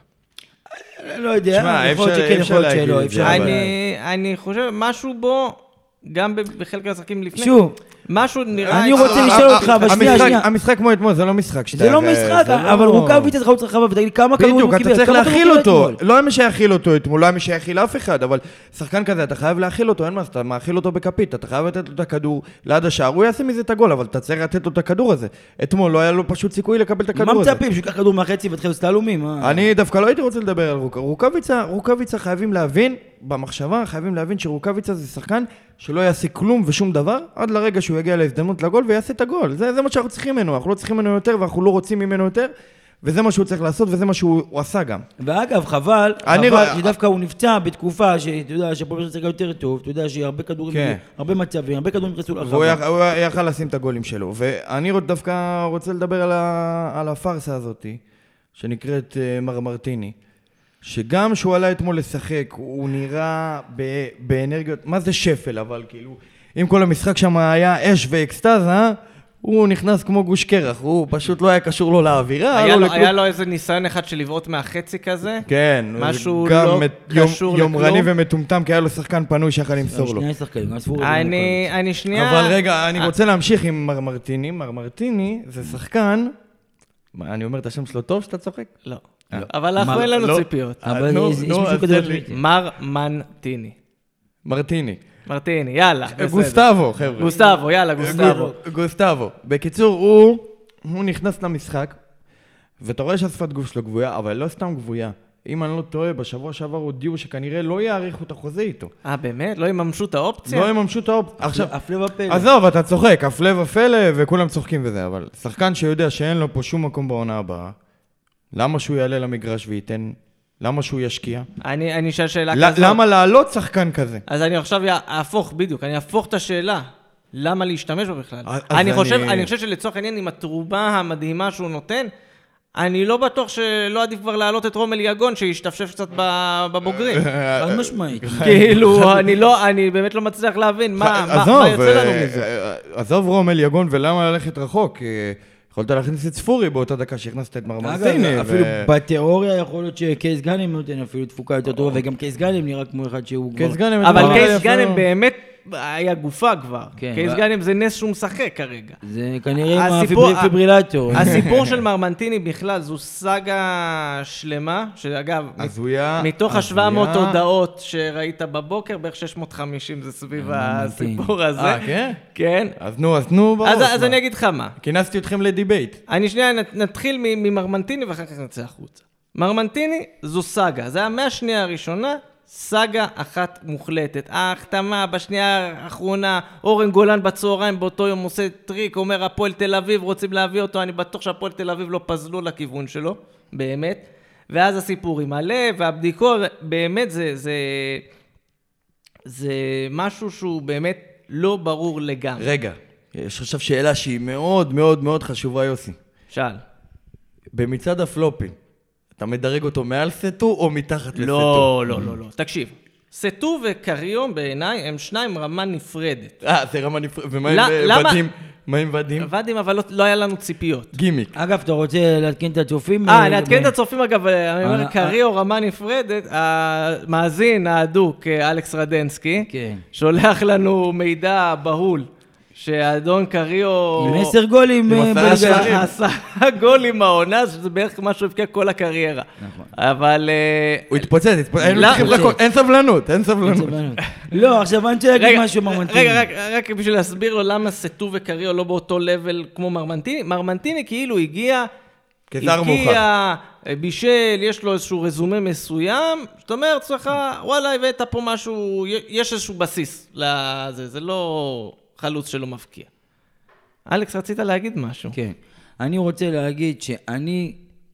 [SPEAKER 3] לא יודע, יכול להיות שכן, יכול להיות שלא.
[SPEAKER 1] אני חושב, משהו בו, גם בחלק מהשחקים לפני,
[SPEAKER 3] שוב,
[SPEAKER 1] משהו נראה...
[SPEAKER 3] אני רוצה לשאול אותך בשנייה.
[SPEAKER 2] המשחק כמו אתמול, זה לא משחק.
[SPEAKER 3] זה לא משחק, אבל רוקאביצה צריך לרחבה, ותגיד לי כמה כדורים הוא קיבל.
[SPEAKER 2] בדיוק, אתה צריך להכיל אותו. לא היה מי שיכיל אותו אתמול, לא היה מי שיכיל אף אחד, אבל שחקן כזה, אתה חייב להכיל אותו, אין מה, אתה מאכיל אותו בכפית, אתה חייב לתת לו את הכדור ליד השער, הוא יעשה מזה את הגול, אבל אתה צריך לתת לו את הכדור הזה. אתמול לא היה לו פשוט סיכוי לקבל את הכדור הזה.
[SPEAKER 3] מה מצפים, שיקח כדור מהחצי ותחל סטלומים?
[SPEAKER 2] אני דווקא לא הייתי רוצה לדבר על רוקאביצה חייבים להבין, במחשבה חייבים להבין שרוקאביצה זה שחקן שלא יעשה כלום ושום דבר עד לרגע שהוא יגיע להזדמנות לגול ויעשה את הגול. זה מה שאנחנו צריכים ממנו, אנחנו לא צריכים ממנו יותר ואנחנו לא רוצים ממנו יותר, וזה מה שהוא צריך לעשות וזה מה שהוא עשה גם.
[SPEAKER 3] ואגב, חבל שדווקא הוא נפצע בתקופה שאתה יודע שהפועל צריך יותר טוב, אתה יודע שהרבה כדורים, הרבה מצבים, הרבה כדורים נכנסו לרחבה.
[SPEAKER 2] הוא יכל לשים את הגולים שלו, ואני דווקא רוצה לדבר על הפרסה הזאת שנקראת מרמרטיני. שגם שהוא עלה אתמול לשחק, הוא נראה באנרגיות, מה זה שפל, אבל כאילו, אם כל המשחק שם היה אש ואקסטאזה, הוא נכנס כמו גוש קרח, הוא פשוט לא היה קשור לו לאווירה.
[SPEAKER 1] היה לו איזה ניסיון אחד של לבעוט מהחצי כזה?
[SPEAKER 2] כן.
[SPEAKER 1] משהו לא קשור לכלום.
[SPEAKER 2] יומרני ומטומטם, כי היה לו שחקן פנוי שיכל למסור לו.
[SPEAKER 3] שני שחקנים, גם ספור.
[SPEAKER 1] אני שנייה...
[SPEAKER 2] אבל רגע, אני רוצה להמשיך עם מרמרטיני. מרמרטיני זה שחקן, אני אומר את השם שלו טוב שאתה צוחק?
[SPEAKER 1] לא. אבל אנחנו אין לנו ציפיות. מרמנטיני. מרטיני, יאללה.
[SPEAKER 2] גוסטבו, חבר'ה.
[SPEAKER 1] גוסטבו, יאללה, גוסטבו.
[SPEAKER 2] גוסטבו. בקיצור, הוא נכנס למשחק, ואתה רואה שהשפת גוף שלו גבויה, אבל לא סתם גבויה. אם אני לא טועה, בשבוע שעבר הודיעו שכנראה לא יאריכו את החוזה איתו.
[SPEAKER 1] באמת? לא יממשו את האופציה?
[SPEAKER 2] לא יממשו את האופציה. עכשיו,
[SPEAKER 3] הפלא ופלא.
[SPEAKER 2] עזוב, אתה צוחק, הפלא ופלא, וכולם צוחקים וזה, אבל שחקן שיודע שאין לו פה שום מקום בעונה הבאה, למה שהוא יעלה למגרש וייתן, למה שהוא ישקיע?
[SPEAKER 1] אני אשאל שאלה כזאת.
[SPEAKER 2] למה לעלות שחקן כזה?
[SPEAKER 1] אז אני עכשיו אני אהפוך את השאלה. למה להשתמש בו בכלל? אני חושב שלצורך העניין עם התרומה המדהימה שהוא נותן, אני לא בטוח שלא עדיף כבר להעלות את רומל יגון שישתפשף קצת בבוגרים.
[SPEAKER 3] חד משמעית.
[SPEAKER 1] כאילו, אני באמת לא מצליח להבין מה יוצא לנו מזה.
[SPEAKER 2] עזוב רומל יגון ולמה ללכת רחוק? יכולת להכניס את ספורי באותה דקה שהכנסת את מרמנטיני.
[SPEAKER 3] אפילו בתיאוריה יכול להיות שקייס גאנם נותן אפילו תפוקה יותר טובה, וגם קייס גאנם נראה כמו אחד שהוא כבר...
[SPEAKER 1] אבל קייס גאנם באמת היה גופה כבר. קייס גאנם זה נס שהוא משחק כרגע.
[SPEAKER 3] זה כנראה עם הפיברילטור.
[SPEAKER 1] הסיפור של מרמנטיני בכלל זו סאגה שלמה, שאגב, מתוך ה-700 הודעות שראית בבוקר, בערך 650 זה סביב הסיפור הזה.
[SPEAKER 2] כן?
[SPEAKER 1] כן.
[SPEAKER 2] אז נו,
[SPEAKER 1] אז אני אגיד לך מה.
[SPEAKER 2] כינסתי אתכם לדיבייט.
[SPEAKER 1] אני שנייה נתחיל ממרמנטיני ואחר כך נצא החוצה. מרמנטיני זו סאגה, זה היה מהשנייה הראשונה, סאגה אחת מוחלטת. ההחתמה בשנייה האחרונה, אורן גולן בצהריים באותו יום עושה טריק, אומר הפועל תל אביב רוצים להביא אותו, אני בטוח שהפועל תל אביב לא פזלו לכיוון שלו, באמת. ואז הסיפור עם הלב והבדיקות, באמת זה משהו שהוא באמת לא ברור לגמרי.
[SPEAKER 2] רגע, יש עכשיו שאלה שהיא מאוד מאוד מאוד חשובה, יוסי.
[SPEAKER 1] שאל.
[SPEAKER 2] במצד הפלופים, אתה מדרג אותו מעל סטו או מתחת לסטו?
[SPEAKER 1] לא. תקשיב, סטו וקריום בעיניי הם שניים רמה נפרדת.
[SPEAKER 2] זה רמה נפרדת. ומה עם ודים? מה עם ודים?
[SPEAKER 1] ודים, אבל לא היה לנו ציפיות.
[SPEAKER 2] גימיק.
[SPEAKER 3] אגב, אתה רוצה להתקן את הצופים?
[SPEAKER 1] להתקן את הצופים, אגב, אני אומר, קריו רמה נפרדת, המאזין האדוק, אלכס רדנסקי, שולח לנו מידע בהול. שהאדון קריו...
[SPEAKER 3] עם 10 גולים
[SPEAKER 1] בליגה. עשה גולים העונה, שזה בערך מה שהוא הבקיע כל הקריירה.
[SPEAKER 3] נכון.
[SPEAKER 1] אבל...
[SPEAKER 2] הוא התפוצץ, אין סבלנות.
[SPEAKER 3] לא, עכשיו אני רוצה להגיד משהו מרמנטיני.
[SPEAKER 1] רגע, רק בשביל להסביר לו למה סטו וקריו לא באותו לבל כמו מרמנטיני. מרמנטיני כאילו הגיע...
[SPEAKER 2] כזר מוכח.
[SPEAKER 1] בישל, יש לו איזשהו רזומה מסוים, זאת אומרת, צריך, וואלה, הבאת פה משהו, יש איזשהו בסיס לזה, זה לא... חלוץ שלא מפקיע. אלכס, רצית להגיד משהו?
[SPEAKER 3] כן. אני רוצה להגיד שאני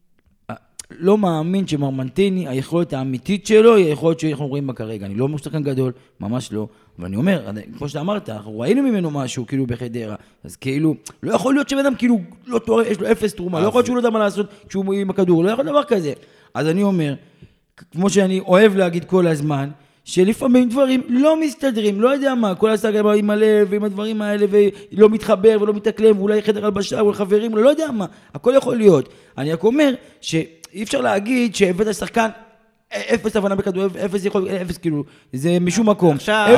[SPEAKER 3] לא מאמין שמרמנטיני, היכולת האמיתית שלו, היא היכולת שאנחנו רואים בה כרגע. אני לא אומר שחקן גדול, ממש לא. ואני אומר, כמו שאתה אמרת, אנחנו ראינו ממנו משהו, כאילו בחדרה. אז כאילו, לא יכול להיות שבאדם כאילו לא תואר, יש לו אפס תרומה. לא יכול להיות שהוא לא יודע מה לעשות כשהוא עם הכדור. לא יכול להיות דבר כזה. אז אני אומר, כמו שאני אוהב להגיד כל הזמן, שלפעמים דברים לא מסתדרים, לא יודע מה, כל הסגה עם הלב ועם הדברים האלה, ולא מתחבר ולא מתאקלם, ואולי חדר הלבשה או לחברים, לא יודע מה, הכל יכול להיות. אני רק אומר שאי אפשר להגיד שהבאת שחקן, אפס הבנה בכדור, אפס יכול, אפס כאילו, זה משום מקום.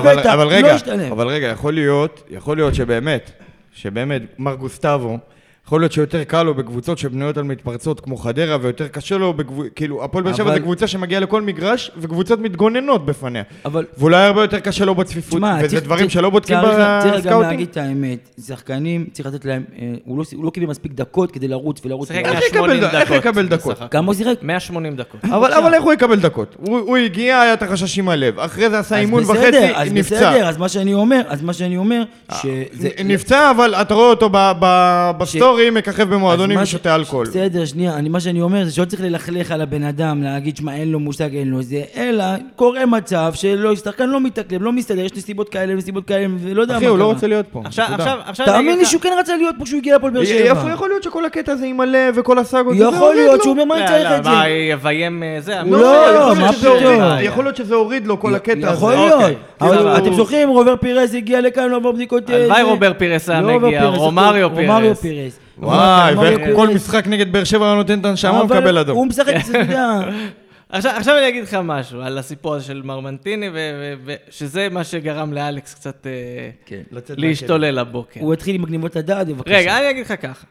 [SPEAKER 2] אבל רגע, יכול להיות שבאמת, מר גוסטבו, יכול להיות שיותר קל לו בקבוצות שבנויות על מתפרצות כמו חדרה, ויותר קשה לו, כאילו, הפועל באר שבע זה קבוצה שמגיעה לכל מגרש, וקבוצות מתגוננות בפניה. ואולי הרבה יותר קשה לו בצפיפות, וזה דברים שלא בודקים בסקאוטים.
[SPEAKER 3] צריך גם להגיד את האמת, שחקנים, צריך לתת להם, הוא לא קיבל מספיק דקות כדי לרוץ ולרוץ.
[SPEAKER 2] איך יקבל דקות?
[SPEAKER 3] כמה הוא שיחק?
[SPEAKER 1] 180 דקות.
[SPEAKER 2] אבל איך הוא יקבל דקות? הוא הגיע, היה את החשש עם הלב, אחרי זה עשה אימון וחצי, נפצע.
[SPEAKER 3] אז מה שאני אומר,
[SPEAKER 2] נפצע, אבל אתה רואה אותו בסטורי, מככב במועדונים ושותה אלכוהול.
[SPEAKER 3] בסדר, שנייה, מה שאני אומר זה שלא צריך ללכלך על הבן אדם, להגיד שמה אין לו מושג, אין לו זה, אלא קורה מצב שלא, שחקן לא מתאקלם, לא מסתדר, יש נסיבות כאלה, ולא יודע מה קרה.
[SPEAKER 2] אחי, הוא לא רוצה להיות פה.
[SPEAKER 3] תאמין לי שהוא כן רצה להיות פה כשהוא הגיע לפה לבאר שבע.
[SPEAKER 2] יכול להיות שכל הקטע הזה עם הלב וכל הסאגות,
[SPEAKER 3] יכול להיות שהוא אומר מה אני צריך את זה.
[SPEAKER 1] מה, יביים זה?
[SPEAKER 3] לא, מה פתאום.
[SPEAKER 2] יכול להיות שזה הוריד לו כל הקטע הזה.
[SPEAKER 3] יכול להיות. אתם זוכרים, רובר פירס הגיע לכאן, לא בבדיקות.
[SPEAKER 1] הלוואי רובר פירס היה מגיע, רומאריו פירס.
[SPEAKER 2] וואי, וכל משחק נגד באר שבע נותן את הנשמה ומקבל אדום.
[SPEAKER 3] הוא משחק, אתה יודע.
[SPEAKER 1] עכשיו אני אגיד לך משהו על הסיפור הזה של מרמנטיני, שזה מה שגרם לאלכס קצת להשתולל הבוקר.
[SPEAKER 3] הוא התחיל עם מגניבות הדעת, בבקשה.
[SPEAKER 1] רגע, אני אגיד לך ככה.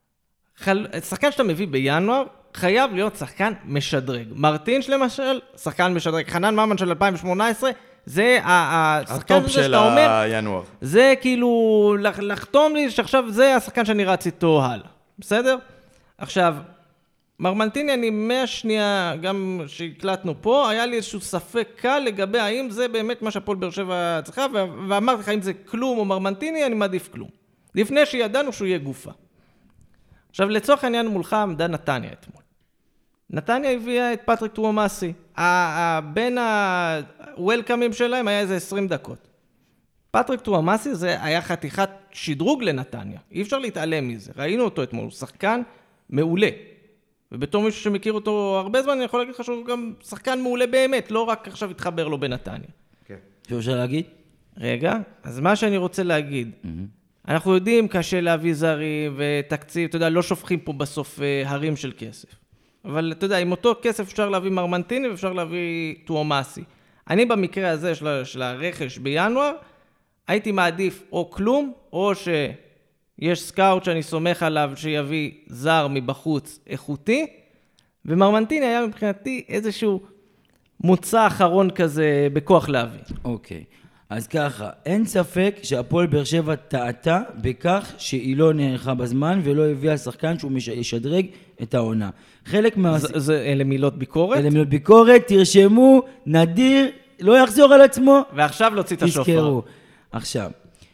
[SPEAKER 1] שחקן שאתה מביא בינואר, חייב להיות שחקן משדרג. מרטינש למשל, שחקן משדרג. חנן ממן של 2018, זה השחקן הזה שאתה אומר,
[SPEAKER 2] ינואר.
[SPEAKER 1] זה כאילו לחתום לי שעכשיו זה השחקן שאני רץ איתו הלאה, בסדר? עכשיו, מרמנטיני, אני מהשנייה, גם שהקלטנו פה, היה לי איזשהו ספק קל לגבי האם זה באמת מה שהפועל באר שבע צריכה, ואמרתי לך, אם זה כלום או מרמנטיני, אני מעדיף כלום. לפני שידענו שהוא יהיה גופה. עכשיו, לצורך העניין מולך עמדה נתניה אתמול. נתניה הביאה את פטריק טוואמאסי. בין הוולקאמים שלהם היה איזה 20 דקות. פטריק טוואמאסי זה היה חתיכת שדרוג לנתניה. אי אפשר להתעלם מזה. ראינו אותו אתמול, הוא שחקן מעולה. ובתור מישהו שמכיר אותו הרבה זמן, אני יכול להגיד לך שהוא גם שחקן מעולה באמת, לא רק עכשיו התחבר לו בנתניה.
[SPEAKER 3] שאפשר להגיד?
[SPEAKER 1] רגע, אז מה שאני רוצה להגיד, אנחנו יודעים קשה להביא זרים ותקציב, אתה יודע, לא שופכים פה בסוף הרים של כסף. אבל אתה יודע, עם אותו כסף אפשר להביא מרמנטיני ואפשר להביא טואמאסי. אני במקרה הזה של הרכש בינואר, הייתי מעדיף או כלום, או שיש סקאוט שאני סומך עליו שיביא זר מבחוץ איכותי, ומרמנטיני היה מבחינתי איזשהו מוצא אחרון כזה בכוח להביא.
[SPEAKER 3] אוקיי. אז ככה, אין ספק שהפועל באר שבע טעתה בכך שהיא לא נערכה בזמן ולא הביאה שחקן שהוא ישדרג את העונה. חלק
[SPEAKER 1] אלה מילות ביקורת?
[SPEAKER 3] אלה מילות ביקורת, תרשמו, נדיר, לא יחזור על עצמו.
[SPEAKER 1] ועכשיו להוציא את השופר.
[SPEAKER 3] תזכרו. עכשיו,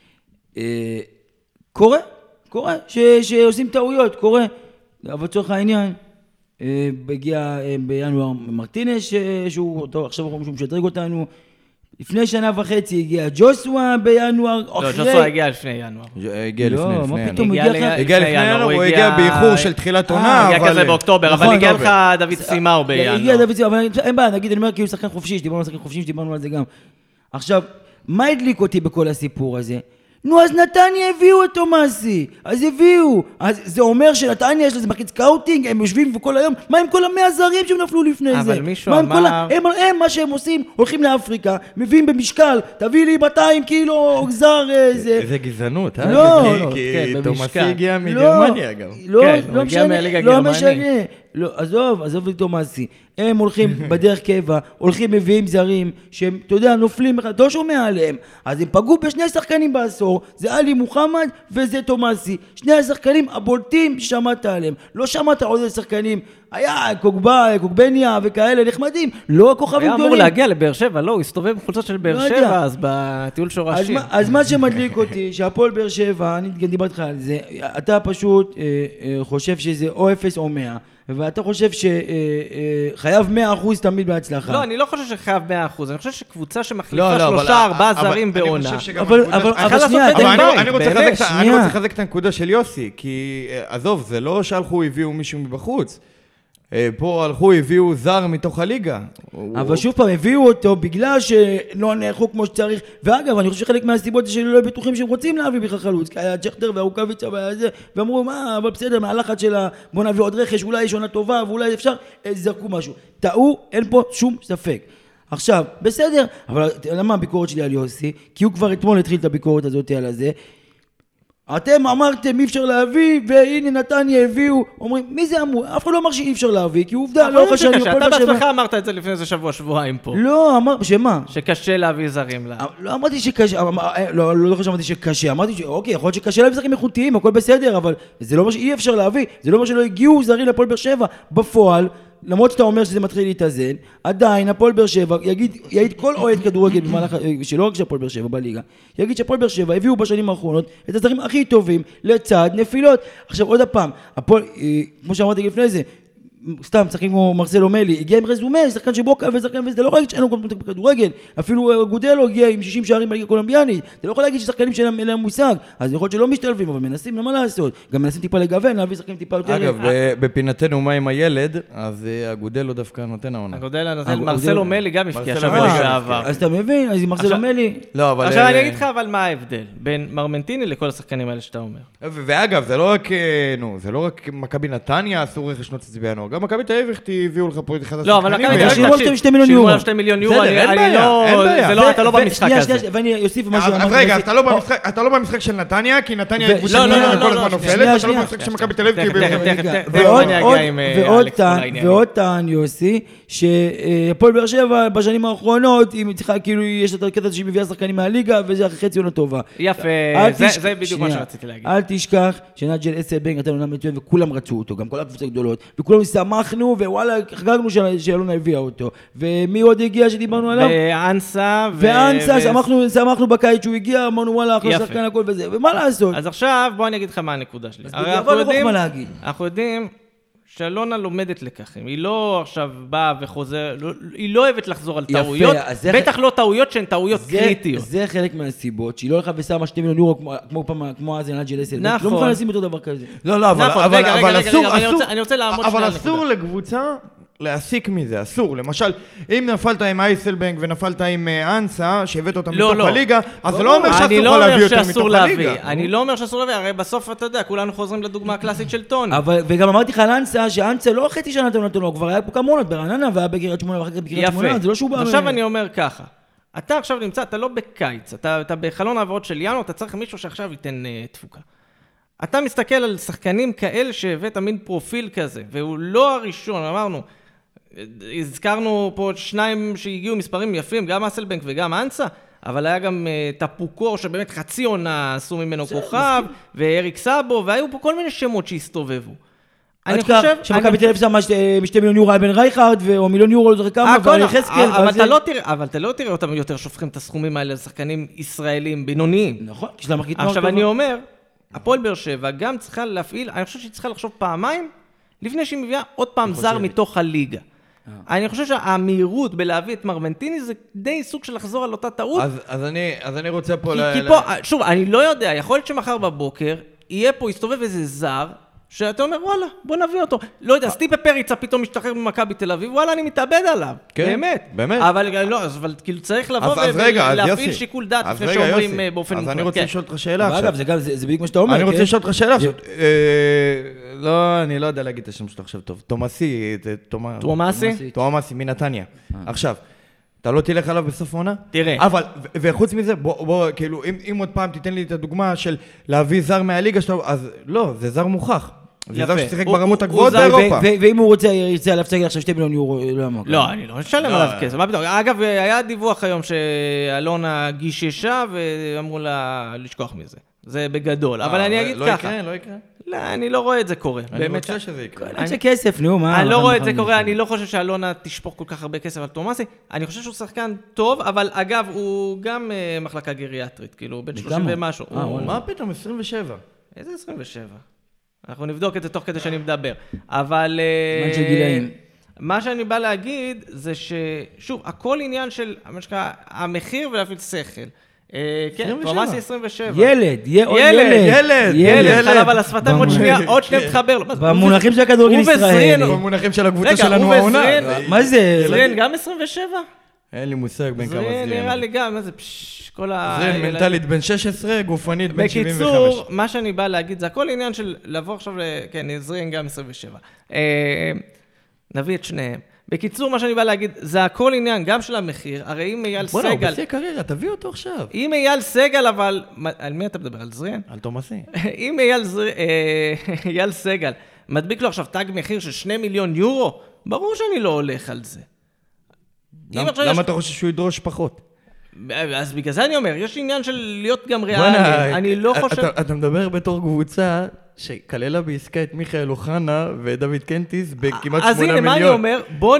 [SPEAKER 3] קורה שעושים טעויות, קורה. אבל צורך העניין, הגיע בינואר מרטינש, שהוא עכשיו הוא משדרג אותנו, לפני שנה וחצי הגיע ג'וסווה בינואר,
[SPEAKER 1] לא, ג'וסווה הגיע לפני ינואר.
[SPEAKER 2] הגיע לפני ינואר.
[SPEAKER 3] מה פתאום
[SPEAKER 2] הגיע לפני ינואר, הוא הגיע באיחור של תחילת עונה,
[SPEAKER 1] הגיע כזה באוקטובר, אבל הגיע לך דוד סימאו בינואר.
[SPEAKER 3] הגיע דוד סימאו, אבל אין בעיה, נגיד, אני אומר כאילו שחקן חופשי, שדיברנו על זה גם. עכשיו, מה הדליק אותי בכל הסיפור הזה? נו, אז נתניה הביאו את טומאסי, אז הביאו, אז זה אומר שנתניה יש לזה מחית סקאוטינג, הם יושבים וכל היום, מה עם כל 100 זרים שהם נפלו לפני זה?
[SPEAKER 1] אבל מישהו אמר...
[SPEAKER 3] הם מה שהם עושים, הולכים לאפריקה, מביאים במשקל, תביא לי 200 קילו זר זה...
[SPEAKER 2] זה גזענות,
[SPEAKER 3] לא,
[SPEAKER 2] כי טומאסי הגיע מגרמניה גם.
[SPEAKER 3] לא משנה, עזוב לטומאסי, הם הולכים בדרך קבע, הולכים מביאים זרים שהם, אתה יודע, נופלים, אתה לא שומע עליהם, אז הם פגעו בשני שחקנים בעשור, זה עלי מוחמד וזה טומאסי, שני השחקנים הבולטים שמעת עליהם, לא שמעת עוד שחקנים, היה קוגבניה וכאלה נחמדים, לא הכוכבים גדולים.
[SPEAKER 1] היה אמור להגיע לבאר שבע, לא, הוא הסתובב בחולצות של באר שבע, אז בטיול שורשים.
[SPEAKER 3] אז מה שמדליק אותי, שהפועל באר שבע, אני דיברתי לך על זה, אתה פשוט חושב שזה או 0 או 100, ואתה חושב שחייב 100% תמיד בהצלחה.
[SPEAKER 1] לא, אני לא חושב שחייב 100%, אני חושב שקבוצה שמחליפה 3-4 זרים בעונה.
[SPEAKER 3] אבל שנייה,
[SPEAKER 2] אני רוצה לחזק את הנקודה של יוסי, כי עזוב, זה לא שהלכו הביאו מישהו מבחוץ. פה הלכו, הביאו זר מתוך הליגה.
[SPEAKER 3] אבל שוב פעם, הביאו אותו בגלל שלא נערכו כמו שצריך. ואגב, אני חושב שחלק מהסיבות זה שלא בטוחים שהם רוצים להביא בכלל חלוץ. כי היה צ'כטר והרוקביצה וזה, ואמרו, מה, אבל בסדר, מהלחץ שלה, בוא נביא עוד רכש, אולי יש עונה טובה, ואולי אפשר, זרקו משהו. טעו, אין פה שום ספק. עכשיו, בסדר, אבל למה הביקורת שלי על יוסי? כי הוא כבר אתמול התחיל את הביקורת הזאת על הזה. אתם אמרתם אי אפשר להביא, והנה נתניה הביאו, אומרים, מי זה אמרו? אף אחד לא אמר שאי אפשר להביא, כי עובדה, לא חשבתי...
[SPEAKER 1] אתה בעצמך אמרת את זה לפני איזה שבועיים פה.
[SPEAKER 3] לא, שמה?
[SPEAKER 1] שקשה להביא זרים לה.
[SPEAKER 3] לא אמרתי שקשה, לא חשבתי שקשה, אמרתי שאוקיי, יכול להיות שקשה להביא זרים איכותיים, הכל בסדר, אבל זה לא אומר שאי אפשר להביא, זה לא אומר שלא הגיעו זרים לפועל באר שבע, בפועל, למרות שאתה אומר שזה מתחיל להתאזן, עדיין הפועל באר שבע יגיד כל אוהד כדורגל במהלך, שלא רק שהפועל באר שבע בליגה, יגיד שהפועל באר שבע הביאו בשנים האחרונות את הזרים הכי טובים לצד נפילות. עכשיו עוד הפעם, הפועל, כמו שאמרתי לפני זה, סתם, שחקים כמו מרסלו מלי, הגיע עם רזומה, שחקן שבוקה ושחקן וזה, לא יכול להגיד שאין לו קונטקט בכדורגל, אפילו גודלו הגיע עם 60 שערים בליגה הקולומביאנית, אתה לא יכול להגיד ששחקנים שאין להם מושג, אז יכול להיות שלא משתלבים, אבל מנסים, למה לעשות? גם מנסים טיפה לגוון, להביא שחקנים טיפה יותר...
[SPEAKER 2] אגב, בפינתנו מה עם הילד, אז הגודלו דווקא נותן העונה.
[SPEAKER 1] הגודלו נותן, מרסלו מלי גם הפקיע שם לשעבר.
[SPEAKER 3] אז אתה מבין, אז עם מרסלו מלי...
[SPEAKER 1] עכשיו אני אגיד לך אבל מה ההבדל בין מרמנטיני לכל השחקנים האלה שאתה אומר.
[SPEAKER 2] ואגב, זה לא רק מכבי נתניה עשו רכש שנות בינואר, גם מכבי תל אביב הביאו לך פה את אחד
[SPEAKER 1] השחקנים. לא, אבל מכבי
[SPEAKER 3] תל אביב 2 מיליון יורו.
[SPEAKER 1] 2 מיליון יורו, אתה לא במשחק הזה.
[SPEAKER 3] ואני אוסיף משהו.
[SPEAKER 2] אז רגע, אתה לא במשחק של נתניה, כי נתניה היא קבוצה כל הזמן נופלת, אתה לא במשחק של מכבי תל אביב.
[SPEAKER 3] ועוד טען יוסי, שהפועל באר שבע בשנים האחרונות, היא צריכה, כאילו, יש את הקטע שהיא מביאה שחקנים מהליגה, וזה חצי עונה טובה.
[SPEAKER 1] יפה, זה בדיוק מה שרציתי להגיד.
[SPEAKER 3] אל תשכח שנג'ל אסלבנג נתן עונה מצוין, וכולם רצו אותו, גם כל הקבוצות גדולות, וכולם שמחנו, ווואלה, חגגנו שאלונה הביאה אותו. ומי עוד הגיע שדיברנו עליו? ואנסה, שמחנו בקיץ שהוא הגיע, אמרנו וואלה, אחלה שחקן הכל וזה, ומה לעשות?
[SPEAKER 1] אז עכשיו, בוא אני אגיד לך מה הנקודה שלי. אנחנו יודעים שאלונה לומדת לקחים, היא לא עכשיו באה וחוזר, היא לא אוהבת לחזור על טעויות, בטח לא טעויות שהן טעויות קריטיות.
[SPEAKER 3] זה חלק מהסיבות, שהיא לא הולכה ושמה 2 מיליון יורו כמו אז נג'ל אסלבנג, לא מוכן לשים אותו דבר כזה.
[SPEAKER 2] לא, אבל
[SPEAKER 1] אני רוצה לעמוד
[SPEAKER 2] אבל אסור לקבוצה להסיק מזה, אסור. למשל, אם נפלת עם אייסלבנק ונפלת עם אנסה, שהבאת אותם מתוך הליגה, אז זה לא אומר שאסור לך להביא יותר מתוך הליגה.
[SPEAKER 1] אני לא אומר שאסור להביא, הרי בסוף אתה יודע, כולנו חוזרים לדוגמה הקלאסית של טוני.
[SPEAKER 3] וגם אמרתי לך על אנסה, שאנסה לא חצי שנה נתנו, כבר היה פה כמונות ברעננה, והיה בקריית שמונה ואחר כך בקריית שמונה, זה לא שהוא בא...
[SPEAKER 1] עכשיו אני אומר ככה, אתה עכשיו נמצא, אתה לא בקיץ, אתה בחלון העברות של ינואר, אתה צריך מישהו שעכשיו ייתן תפוקה. אתה מסתכל על שחקנים כאלה שהבאת מין פרופיל כזה, והוא לא הראשון, אמרנו, הזכרנו פה שניים שהגיעו מספרים יפים, גם אסלבנק וגם אנסה, אבל היה גם טפוקו, שבאמת חצי עונה עשו ממנו כוכב, ואריק סאבו, והיו פה כל מיני שמות שהסתובבו.
[SPEAKER 3] אני חושב... שמכבי תל אביב שמה 2 מיליון יורו על בן רייכרד, או מיליון יורו לא זוכר כמה, ועל יחזקאל.
[SPEAKER 1] אבל אתה לא תראה אותם יותר שופכים את הסכומים האלה לשחקנים ישראלים בינוניים.
[SPEAKER 3] נכון.
[SPEAKER 1] עכשיו אני אומר, הפועל באר שבע גם צריכה להפעיל, אני חושב שהיא צריכה לחשוב פעמיים, לפני שהיא מביאה עוד פעם זר מתוך הליגה. אני חושב שהמהירות בלהביא את מרמנטיני זה די סוג של לחזור על אותה טעות.
[SPEAKER 2] אז אני רוצה פה...
[SPEAKER 1] כי פה, שוב, אני לא יודע, יכול להיות שמחר בבוקר יהיה פה, יסתובב איזה זר, שאתה אומר, וואלה, בוא נביא אותו. לא יודע, סטיפה פריצה פתאום משתחרר ממכבי תל אביב, וואלה, אני מתאבד עליו. באמת.
[SPEAKER 2] באמת.
[SPEAKER 1] אבל כאילו צריך לבוא ולהפעיל שיקול דעת לפני שאומרים באופן מוחלט.
[SPEAKER 2] אז אני רוצה לשאול אותך שאלה עכשיו.
[SPEAKER 3] אגב, זה בדיוק מה שאתה אומר.
[SPEAKER 2] אני רוצה לשאול אותך שאלה עכשיו. לא, אני לא יודע להגיד את השם שלו עכשיו טוב. תומאסי מנתניה. עכשיו, אתה לא תלך עליו בסוף עונה?
[SPEAKER 1] תראה.
[SPEAKER 2] אבל, וחוץ מזה, בוא, כאילו, אם עוד פעם תיתן לי את הדוגמה של להביא זר מהליגה שלו, אז לא, זה זר מוכח. זה זר ששיחק ברמות הגבוהות באירופה.
[SPEAKER 3] ואם הוא ירצה עליו סגל עכשיו 2 מיליון יורו, לא אמר.
[SPEAKER 1] לא, אני לא אשלם עליו כסף. אגב, היה דיווח היום שאלונה גיששה ואמרו לה לשכוח מזה. זה בגדול. אבל אני אגיד ככה.
[SPEAKER 2] לא יקרה.
[SPEAKER 1] לא, אני לא רואה את זה קורה.
[SPEAKER 2] אני רוצה שזה יקרה.
[SPEAKER 3] אני רוצה כסף, נו, מה?
[SPEAKER 1] אני לא רואה את זה קורה, אני לא חושב שאלונה תשפוך כל כך הרבה כסף על תומאסי. אני חושב שהוא שחקן טוב, אבל אגב, הוא גם מחלקה גריאטרית, כאילו, בין 30 ומשהו.
[SPEAKER 2] מה פתאום, 27?
[SPEAKER 1] איזה 27? אנחנו נבדוק את זה תוך כדי שאני מדבר. אבל... מה שאני בא להגיד זה ששוב, הכל עניין של המחיר ולהפעיל שכל. כן, תומאסי 27. ילד, חלב על השפתיים, עוד שנייה מתחבר.
[SPEAKER 3] במונחים של הכדורגל ישראל.
[SPEAKER 2] במונחים של הקבוצה שלנו העונה.
[SPEAKER 3] מה זה?
[SPEAKER 1] זרין גם 27?
[SPEAKER 2] אין לי מושג בין כמה
[SPEAKER 1] זרין. נראה לי גם, איזה כל ה...
[SPEAKER 2] זרין מנטלית בין 16, גופנית בין 75.
[SPEAKER 1] בקיצור, מה שאני בא להגיד זה הכל עניין של לבוא עכשיו כן, זרין גם 27. נביא את שניהם. בקיצור, מה שאני בא להגיד, זה הכל עניין, גם של המחיר, הרי אם אייל סגל...
[SPEAKER 2] בוא'נה, הוא בשיא קריירה, תביא אותו עכשיו.
[SPEAKER 1] אם אייל סגל, אבל... על מי אתה מדבר? על זרין?
[SPEAKER 2] על תומאסי.
[SPEAKER 1] אם אייל סגל מדביק לו עכשיו תג מחיר של 2 מיליון יורו, ברור שאני לא הולך על זה.
[SPEAKER 2] למה אתה חושב שהוא ידרוש פחות?
[SPEAKER 1] אז בגלל זה אני אומר, יש עניין של להיות גם ריאלי, אני לא חושב...
[SPEAKER 2] אתה מדבר בתור קבוצה... שכללה בעסקה את מיכאל אוחנה ודוד קנטיס בכמעט 8 מיליון.
[SPEAKER 1] אז הנה, מה אני אומר?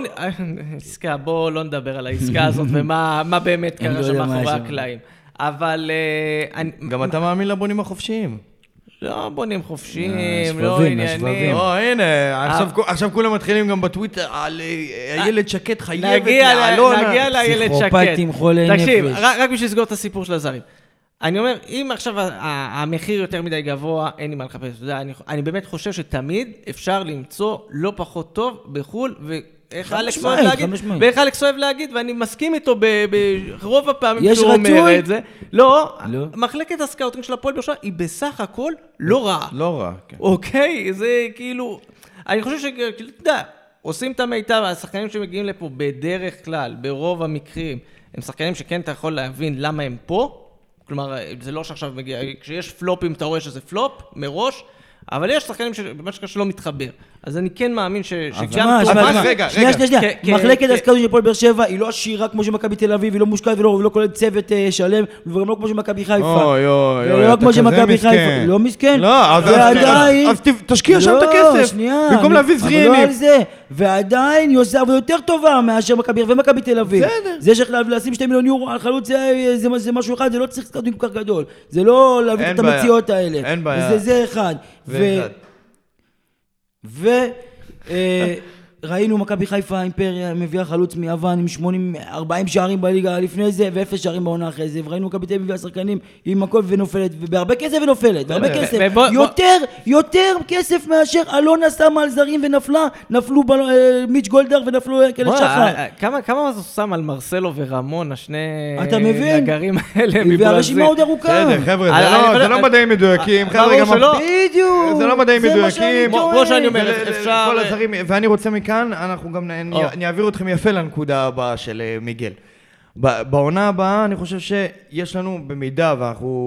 [SPEAKER 1] בוא לא נדבר על העסקה הזאת ומה באמת קרה שם מאחורי הקלעים. אבל...
[SPEAKER 2] גם אתה מאמין לבונים החופשיים.
[SPEAKER 1] לא בונים חופשיים, לא עניינים.
[SPEAKER 2] הנה, עכשיו כולם מתחילים גם בטוויטר על הילד שקט חייבת לאלונה.
[SPEAKER 1] נגיע לילד שקט.
[SPEAKER 3] פסיכופטים חולי נפש.
[SPEAKER 1] תקשיב, רק בשביל לסגור את הסיפור של הזרים. אני אומר, אם עכשיו המחיר יותר מדי גבוה, אין לי מה לחפש. אני באמת חושב שתמיד אפשר למצוא לא פחות טוב בחול, ואיך אלכס אוהב להגיד, ואני מסכים איתו ברוב הפעמים שהוא אומר את זה. לא, מחלקת הסקאוטינג של הפועל באר שבע היא בסך הכל לא רעה.
[SPEAKER 2] לא רעה, כן.
[SPEAKER 1] אוקיי? זה כאילו... אני חושב שאתה יודע, עושים את המיטב, השחקנים שמגיעים לפה בדרך כלל, ברוב המקרים, הם שחקנים שכן אתה יכול להבין למה הם פה, כלומר, זה לא שעכשיו מגיע, כשיש פלופים אתה רואה שזה פלופ מראש, אבל יש שחקנים שבמשך שלא מתחבר. אז אני כן מאמין שגם...
[SPEAKER 3] רגע. מחלקת הסקאוטינג של הפועל באר שבע היא לא עשירה כמו שמכבי תל אביב, היא לא מושקעת ולא כוללת צוות שלם, וגם לא כמו שמכבי חיפה. לא כמו שמכבי חיפה. לא מסכן.
[SPEAKER 2] אז תשקיע שם את הכסף. במקום להביא זריאנים.
[SPEAKER 3] ועדיין היא עושה עבודה יותר טובה מאשר מכבי ומכבי תל אביב. זה שלשים 2 מיליון יורו על חלוץ זה משהו אחד, זה לא צריך סקאוטינג כל כך גדול. זה לא להביא את המציאות האלה.
[SPEAKER 2] אין בעיה.
[SPEAKER 3] זה אחד. ראינו מכבי חיפה אימפריה מביאה חלוץ מיוון עם 40 שערים בליגה לפני זה ו0 שערים בעונה אחרי זה, וראינו מכבי תל אביב מביאה שחקנים עם הכל ונופלת, ובהרבה כסף ונופלת, בהרבה כסף, יותר כסף מאשר אלונה שמה על זרים נפלו מיץ' גולדהר ונפלו קלט שחר.
[SPEAKER 1] כמה זה שם על מרסלו ורמון, השני נגרים האלה
[SPEAKER 3] מברזיל? והרשימה עוד ארוכה.
[SPEAKER 2] חבר'ה, זה לא מדעים מדויקים, בדיוק, זה לא מדעים מדויקים,
[SPEAKER 1] כמו שאני אומר, אפשר...
[SPEAKER 2] ואני רוצה מכאן, אנחנו גם נעביר אתכם יפה לנקודה הבאה של מיגל. בעונה הבאה אני חושב שיש לנו במידה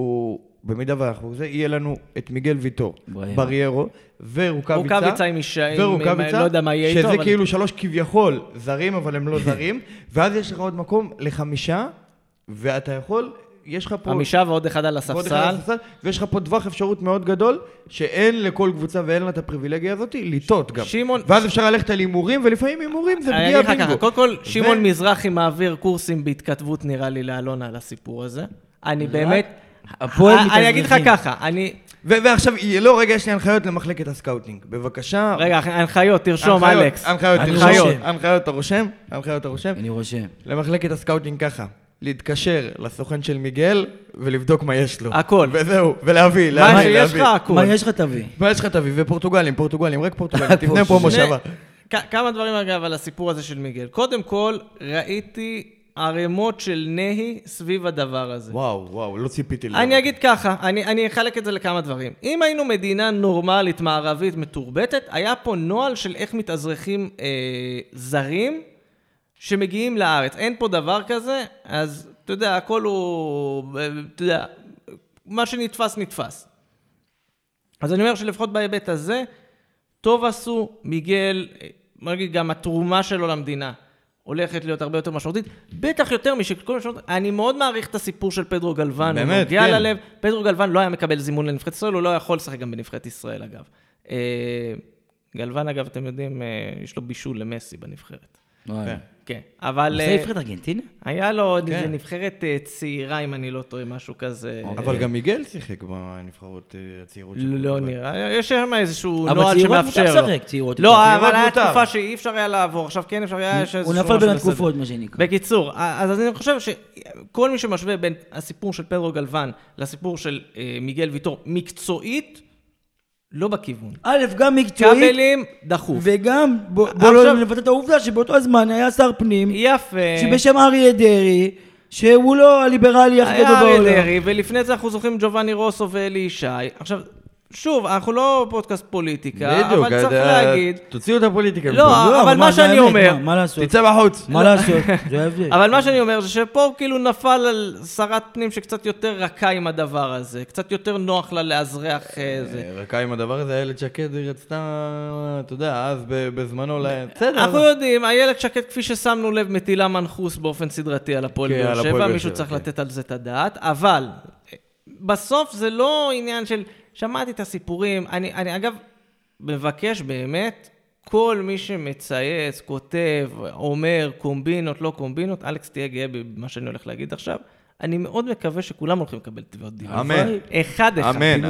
[SPEAKER 2] ואנחנו זה, יהיה לנו את מיגל ויטור, בריירו
[SPEAKER 1] ורוקאביצה עם לא יודע מה יהיה איתו,
[SPEAKER 2] שזה כאילו 3 כביכול זרים, אבל הם לא זרים, ואז יש לך עוד מקום ל5, ואתה יכול... יש לך פה...
[SPEAKER 1] 5 ועוד אחד על הספסל.
[SPEAKER 2] ויש לך פה טווח אפשרות מאוד גדול, שאין לכל קבוצה ואין לה את הפריבילגיה הזאת, ליטות גם. ואז אפשר ללכת על הימורים, ולפעמים הימורים זה פגיעה בינגו.
[SPEAKER 1] קודם כל, שמעון מזרחי מעביר קורסים בהתכתבות, נראה לי, לאלונה על הסיפור הזה. אני באמת... אני אגיד לך ככה,
[SPEAKER 2] ועכשיו, לא, רגע, יש לי הנחיות למחלקת הסקאוטינג. בבקשה.
[SPEAKER 1] רגע, הנחיות, תרשום, אלכס.
[SPEAKER 2] הנחיות, אתה רושם? הנחיות, אתה רושם?
[SPEAKER 3] אני רושם.
[SPEAKER 2] למחלקת הסקאוטינג ככה. להתקשר לסוכן של מיגל ולבדוק מה יש לו.
[SPEAKER 1] הכל.
[SPEAKER 2] וזהו, ולהביא.
[SPEAKER 1] מה שיש לך, הכל.
[SPEAKER 3] מה יש לך תביא?
[SPEAKER 2] מה יש לך תביא? ופורטוגלים, רק פורטוגלים. תבנה פה מושבה.
[SPEAKER 1] כמה דברים אגב על הסיפור הזה של מיגל. קודם כל, ראיתי ערימות של נהי סביב הדבר הזה.
[SPEAKER 2] וואו, לא ציפיתי לזה.
[SPEAKER 1] אני אגיד ככה, אני אחלק את זה לכמה דברים. אם היינו מדינה נורמלית, מערבית, מתורבתת, היה פה נוהל של איך מתאזרחים זרים, שמגיעים לארץ. אין פה דבר כזה, אז אתה יודע, הכל הוא, אתה יודע, מה שנתפס, נתפס. אז אני אומר שלפחות בהיבט הזה, טוב עשו, מיגל, נגיד גם התרומה שלו למדינה, הולכת להיות הרבה יותר משמעותית, בטח יותר משכל משמעותית. אני מאוד מעריך את הסיפור של פדרו גלוון, הוא נוגע ללב. פדרו גלוון לא היה מקבל זימון לנבחרת ישראל, הוא לא יכול לשחק גם בנבחרת ישראל, אגב. גלוון, אגב, אתם יודעים, יש לו בישול למסי בנבחרת. כן, אבל...
[SPEAKER 3] זה נבחרת ארגנטינה?
[SPEAKER 1] היה לו איזה נבחרת צעירה, אם אני לא טועה, משהו כזה...
[SPEAKER 2] אבל גם מיגל שיחק בנבחרות הצעירות שלו.
[SPEAKER 1] לא נראה, יש שם איזשהו נוהל שמאפשר לו.
[SPEAKER 3] אבל צעירות
[SPEAKER 1] לא, אבל היה תקופה שאי אפשר היה לעבור, עכשיו כן אפשר היה...
[SPEAKER 3] הוא נפל בין התקופות, מה שנקרא.
[SPEAKER 1] בקיצור, אז אני חושב שכל מי שמשווה בין הסיפור של פדרו גלוון לסיפור של מיגל ויטור מקצועית, לא בכיוון.
[SPEAKER 3] גם מקצועית.
[SPEAKER 1] קבלים דחוף.
[SPEAKER 3] וגם, בוא לא נבטא את העובדה שבאותו הזמן היה שר פנים.
[SPEAKER 1] יפה.
[SPEAKER 3] שבשם אריה דרעי, שהוא לא הליברלי הכי גדול בעולם.
[SPEAKER 1] אריה דרעי, ולפני זה אנחנו זוכרים ג'ובאני רוסו ואלי ישי. עכשיו, שוב, אנחנו לא פודקאסט פוליטיקה, אבל צריך להגיד...
[SPEAKER 2] תוציאו את הפוליטיקה.
[SPEAKER 1] לא, אבל מה שאני אומר...
[SPEAKER 3] מה לעשות?
[SPEAKER 2] תצא בחוץ.
[SPEAKER 3] מה לעשות? זה ההבדל.
[SPEAKER 1] אבל מה שאני אומר זה שפה כאילו נפל על שרת פנים שקצת יותר רכה עם הדבר הזה, קצת יותר נוח לה לאזרח זה.
[SPEAKER 2] רכה עם הדבר הזה, איילת שקד רצתה, אתה יודע, אז בזמנו...
[SPEAKER 1] אנחנו יודעים, איילת שקד כפי ששמנו לב מטילה מנחוס באופן סדרתי על הפועל באר שבע, מישהו צריך לתת על זה את הדעת, אבל בסוף זה לא עניין של... שמעתי את הסיפורים, אני אגב מבקש באמת, כל מי שמצייץ, כותב, אומר, קומבינות, לא קומבינות, אלכס תהיה גאה במה שאני הולך להגיד עכשיו, אני מאוד מקווה שכולם הולכים לקבל תביעות דיבה.
[SPEAKER 2] אמן.
[SPEAKER 1] אחד.
[SPEAKER 2] אמן.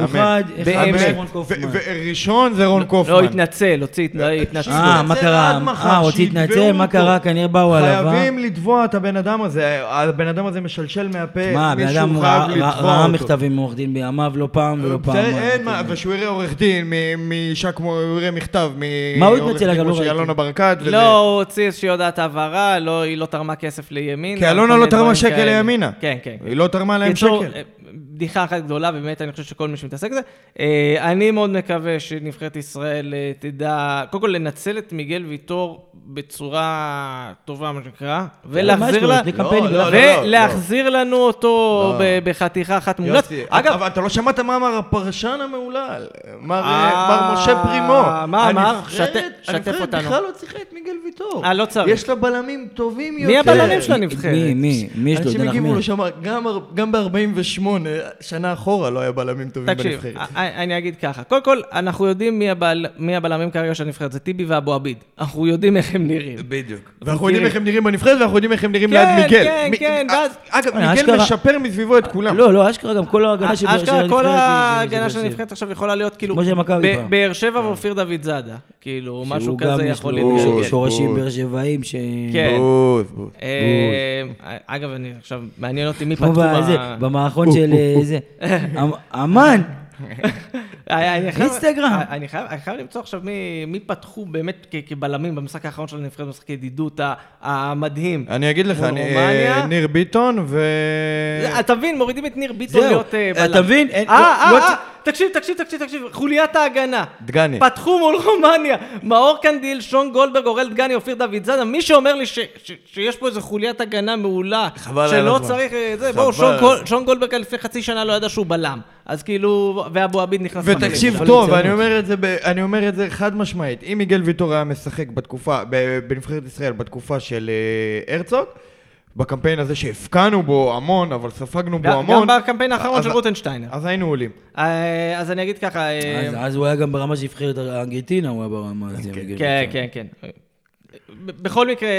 [SPEAKER 3] רון קופמן.
[SPEAKER 2] וראשון זה רון קופמן.
[SPEAKER 1] לא, התנצל, הוציא התנצל.
[SPEAKER 3] מה קרה? הוציא התנצל, מה קרה? כנראה באו עליו.
[SPEAKER 2] חייבים לתבוע את הבן אדם הזה. הבן אדם הזה משלשל מהפה.
[SPEAKER 3] מה, הבן אדם ראה מכתבים מעורך דין בימיו, לא פעם ולא פעם.
[SPEAKER 2] אין מה, ושהוא יראה עורך דין, מאישה כמו, הוא יראה מכתב,
[SPEAKER 3] מה הוא התנצל?
[SPEAKER 2] כמו שאלונה ברקת.
[SPEAKER 1] לא, הוא הוציא איזושהי הודעת העברה, היא לא תרמה כסף לימינה.
[SPEAKER 2] כי אלונה לא תרמה שקל לימינה.
[SPEAKER 1] כן.
[SPEAKER 2] היא לא תרמה להם שקל.
[SPEAKER 1] בדיחה אחת גדולה, ובאמת אני חושב שכל מי שמתעסק בזה. אני מאוד מקווה שנבחרת ישראל תדע, קודם כל לנצל את מיגל ויטור בצורה טובה, מה שנקרא, ולהחזיר לנו אותו בחתיכה אחת מולת.
[SPEAKER 2] אבל אתה לא שמעת מה אמר הפרשן המעולל, מר משה פרימו.
[SPEAKER 1] מה אמר? שתף אותנו.
[SPEAKER 2] הנבחרת בכלל לא צריכה את מיגל ויטור.
[SPEAKER 1] לא צריך.
[SPEAKER 2] יש לה בלמים טובים יותר.
[SPEAKER 1] מי הבלמים של הנבחרת?
[SPEAKER 3] מי יש לו?
[SPEAKER 2] אנשים הגיבו לו שם, גם ב-48, שנה אחורה לא היה בלמים טובים בנבחרת.
[SPEAKER 1] תקשיב, אני אגיד ככה. קודם כל, אנחנו יודעים מי הבלמים כרגע של הנבחרת. זה טיבי ואבו עביד. אנחנו יודעים איך הם נראים.
[SPEAKER 2] בדיוק. ואנחנו יודעים איך הם נראים בנבחרת, ואנחנו יודעים איך הם נראים ליד מיגל.
[SPEAKER 1] כן.
[SPEAKER 2] אגב, מיגל משפר מסביבו את כולם.
[SPEAKER 3] לא, אשכרה גם כל ההגנה של הנבחרת.
[SPEAKER 1] אשכרה כל ההגנה של הנבחרת עכשיו יכולה להיות כאילו... באר שבע ואופיר דוד זאדה. כאילו, משהו כזה יכול להתגלגל.
[SPEAKER 3] שהוא גם שורשים באר שבעים
[SPEAKER 1] כן.
[SPEAKER 2] בוז.
[SPEAKER 1] אגב, אני עכשיו, מעניין אותי מי פתחו
[SPEAKER 3] במערכון של זה. אמן. אינסטגרם.
[SPEAKER 1] אני חייב למצוא עכשיו מי פתחו באמת כבלמים במשחק האחרון של הנבחרת, במשחק ידידות המדהים.
[SPEAKER 2] אני אגיד לך, ניר ביטון
[SPEAKER 1] אתה מבין, מורידים את ניר ביטון להיות בלם.
[SPEAKER 3] אתה מבין?
[SPEAKER 1] תקשיב, חוליית ההגנה.
[SPEAKER 2] דגני.
[SPEAKER 1] פתחו מול רומניה. מאור קנדיל, שון גולדברג, אורל דגני, אופיר דוד זאדה. מי שאומר לי שיש פה איזו חוליית הגנה מעולה, שלא צריך זה, בואו, שון גולדברג לפני חצי שנה לא ידע שהוא בלם. אז כאילו, ואבו עביד נכנס...
[SPEAKER 2] ותקשיב טוב, אני אומר את זה חד משמעית. אם מיגל ויטור היה משחק בנבחרת ישראל בתקופה של הרצוג, בקמפיין הזה שהפקענו בו המון, אבל ספגנו בו המון.
[SPEAKER 1] גם בקמפיין האחרון של רוטנשטיינר.
[SPEAKER 2] אז היינו עולים.
[SPEAKER 1] אז אני אגיד ככה...
[SPEAKER 3] אז הוא היה גם ברמה שהבחרת ארגנטינה, הוא היה ברמה הזה.
[SPEAKER 1] כן. בכל מקרה,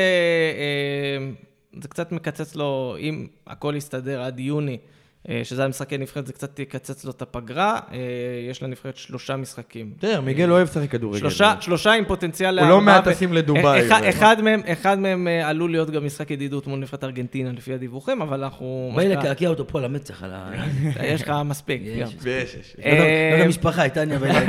[SPEAKER 1] זה קצת מקצץ לו, אם הכל יסתדר עד יוני, שזה המשחקי נבחרת, זה קצת יקצץ לו את הפגרה, יש לנבחרת 3 משחקים.
[SPEAKER 2] תראה, מיגל לא אוהב לשחק כדורגל.
[SPEAKER 1] 3 עם פוטנציאל
[SPEAKER 2] הוא לא מעטסים לדוביי.
[SPEAKER 1] אחד מהם עלול להיות גם משחק ידידות מול נבחרת ארגנטינה לפי הדיווחים, אבל אנחנו...
[SPEAKER 3] בואי לקעקע אותו פה למצח על ה...
[SPEAKER 1] יש לך מספיק.
[SPEAKER 2] יש.
[SPEAKER 3] לא המשפחה, הייתה אני אבל...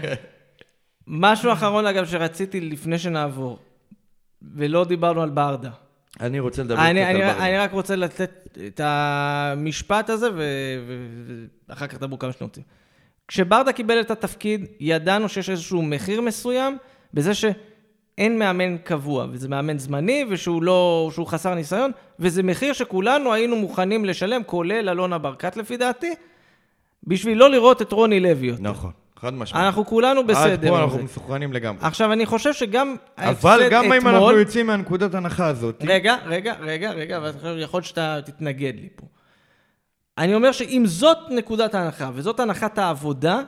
[SPEAKER 1] משהו אחרון אגב שרציתי לפני שנעבור, ולא דיברנו על ברדה.
[SPEAKER 2] אני רוצה לדבר קצת על ברדה.
[SPEAKER 1] אני רק רוצה לתת את המשפט הזה, ואחר כך דברו כמה שנוצים. כשברדה קיבל את התפקיד, ידענו שיש איזשהו מחיר מסוים, בזה שאין מאמן קבוע, וזה מאמן זמני, ושהוא חסר ניסיון, וזה מחיר שכולנו היינו מוכנים לשלם, כולל אלונה ברקת לפי דעתי, בשביל לא לראות את רוני לוי.
[SPEAKER 2] נכון. חד משמעית.
[SPEAKER 1] אנחנו כולנו בסדר.
[SPEAKER 2] עד פה אנחנו מסוכנים לגמרי.
[SPEAKER 1] עכשיו, אני חושב שגם...
[SPEAKER 2] אבל גם אם אנחנו יוצאים מהנקודת הנחה הזאת...
[SPEAKER 1] רגע, ויכול שאתה תתנגד לי פה. אני אומר שאם זאת נקודת ההנחה, וזאת הנחת העבודה,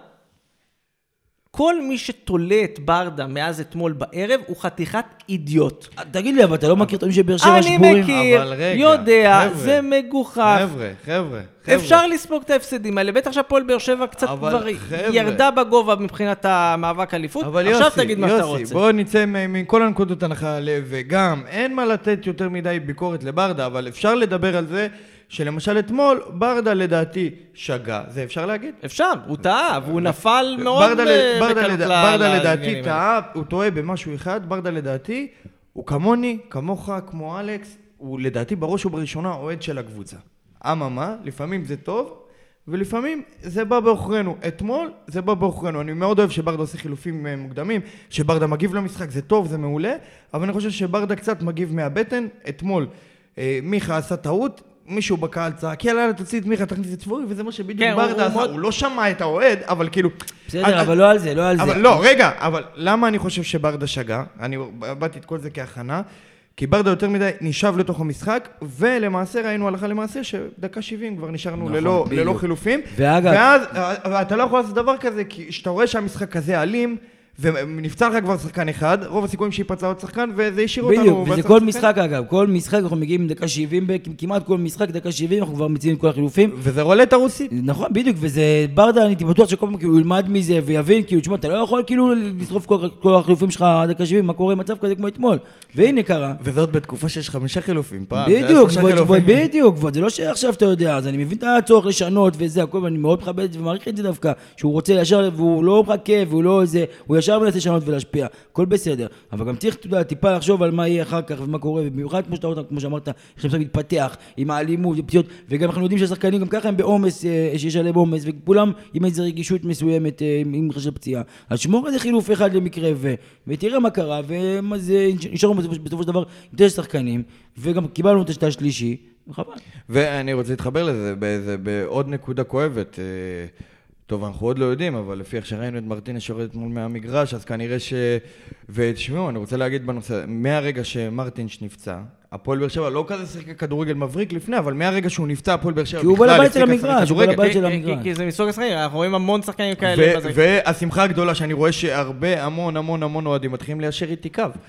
[SPEAKER 1] כל מי שתולה את ברדה מאז אתמול בערב, הוא חתיכת אידיוט.
[SPEAKER 3] תגיד לי, אבל אתה לא מכיר את מי שבאר שבע שבורים?
[SPEAKER 1] אני מכיר, יודע, זה מגוחך.
[SPEAKER 2] חבר'ה.
[SPEAKER 1] אפשר לספוג את ההפסדים האלה, בטח שהפועל באר שבע קצת כבר ירדה בגובה מבחינת המאבק האליפות. עכשיו תגיד מה שאתה רוצה.
[SPEAKER 2] יוסי, בואו נצא מכל הנקודות הנחה, וגם אין מה לתת יותר מדי ביקורת לברדה, אבל אפשר לדבר על זה שלמשל אתמול, ברדה לדעתי שגה. זה אפשר להגיד?
[SPEAKER 1] אפשר, הוא טעה, והוא נפל מאוד
[SPEAKER 2] ברדה לדעתי טעה, הוא טועה במשהו אחד, ברדה לדעתי, הוא כמוני, כמוך, כמו אלכס, הוא לדעתי בראש ובראשונה אוהד של הקבוצה. אממה, לפעמים זה טוב, ולפעמים זה בא באוכרנו. אתמול זה בא באוכרנו. אני מאוד אוהב שברדה עושה חילופים מוקדמים, שברדה מגיב למשחק, זה טוב, זה מעולה, אבל אני חושב שברדה קצת מגיב מהבטן. אתמול מיכה עשה טעות, מישהו בקהל צעק, יאללה, תוציא את מיכה, תכניס את צפורי, וזה מה שבדיוק ברדה עשה. הוא לא שמע את האוהד, אבל כאילו...
[SPEAKER 3] בסדר, אבל לא על זה, לא על זה.
[SPEAKER 2] לא, רגע, אבל למה אני חושב שברדה שגה? אני באתי את כל זה כהכנה, כי ברדה יותר מדי נשאב לתוך המשחק, ולמעשה ראינו הלכה למעשה שדקה 70 כבר נשארנו ללא חילופים. ואז אתה לא יכול לעשות דבר כזה, כי שאתה רואה שהמשחק כזה אלים, ונפצע לך כבר שחקן אחד, רוב הסיכויים שיפצע עוד שחקן, וזה השאיר אותנו...
[SPEAKER 3] בדיוק, וזה כל משחק אגב, כל משחק אנחנו מגיעים דקה 70, כמעט כל משחק דקה 70, אנחנו כבר מציעים את כל החילופים.
[SPEAKER 2] וזה רולטה רוסית.
[SPEAKER 3] נכון, בדיוק, וזה ברדה, אני בטוח שכל פעם הוא ילמד מזה ויבין, כאילו, תשמע, אתה לא יכול כאילו לשרוף כל החילופים שלך דקה 70, מה קורה מצב כזה כמו אתמול. והנה קרה.
[SPEAKER 2] וזאת בתקופה שיש 5 חילופים, פעם.
[SPEAKER 3] בדיוק, זה לא שעכשיו אתה יודע, אז אני מבין את הצורך לשנות וזה, הכל, אני מאוד מכבד ומעריך את זה דווקא, שהוא רוצה ישר, והוא לא מחכה, והוא לא איזה, הוא ישר מנסה לשנות ולהשפיע, הכל בסדר, אבל גם צריך טיפה לחשוב על מה יהיה אחר כך ומה קורה, ובמיוחד כמו שאמרת, יש להם מתפתח עם האלימות ופציעות, וגם אנחנו יודעים שהשחקנים גם ככה הם בעומס, שיש עליהם עומס, וכולם עם איזו רגישות מסוימת עם חשש פציעה, אז שמור איזה חילוף אחד למקרה ותראה מה קרה, ונשארו בסופו של דבר יותר שחקנים, וגם קיבלנו את השלישי, וחבל.
[SPEAKER 2] ואני רוצה להתחבר לזה בעוד נקודה כואבת, טוב, אנחנו עוד לא יודעים, אבל לפי איך שראינו את מרטינס שורדת מול מהמגרש, אז כנראה ותשמעו, אני רוצה להגיד בנושא, מהרגע שמרטינס נפצע, הפועל באר שבע לא כזה שיחק כדורגל מבריק לפני, אבל מהרגע שהוא נפצע, הפועל באר שבע
[SPEAKER 3] כי הוא בא לבית של המגרש,
[SPEAKER 1] כי זה מסוג השחקים, אנחנו רואים המון שחקנים כאלה.
[SPEAKER 2] והשמחה הגדולה שאני רואה שהרבה, המון אוהדים מתחילים ליישר איתי קו.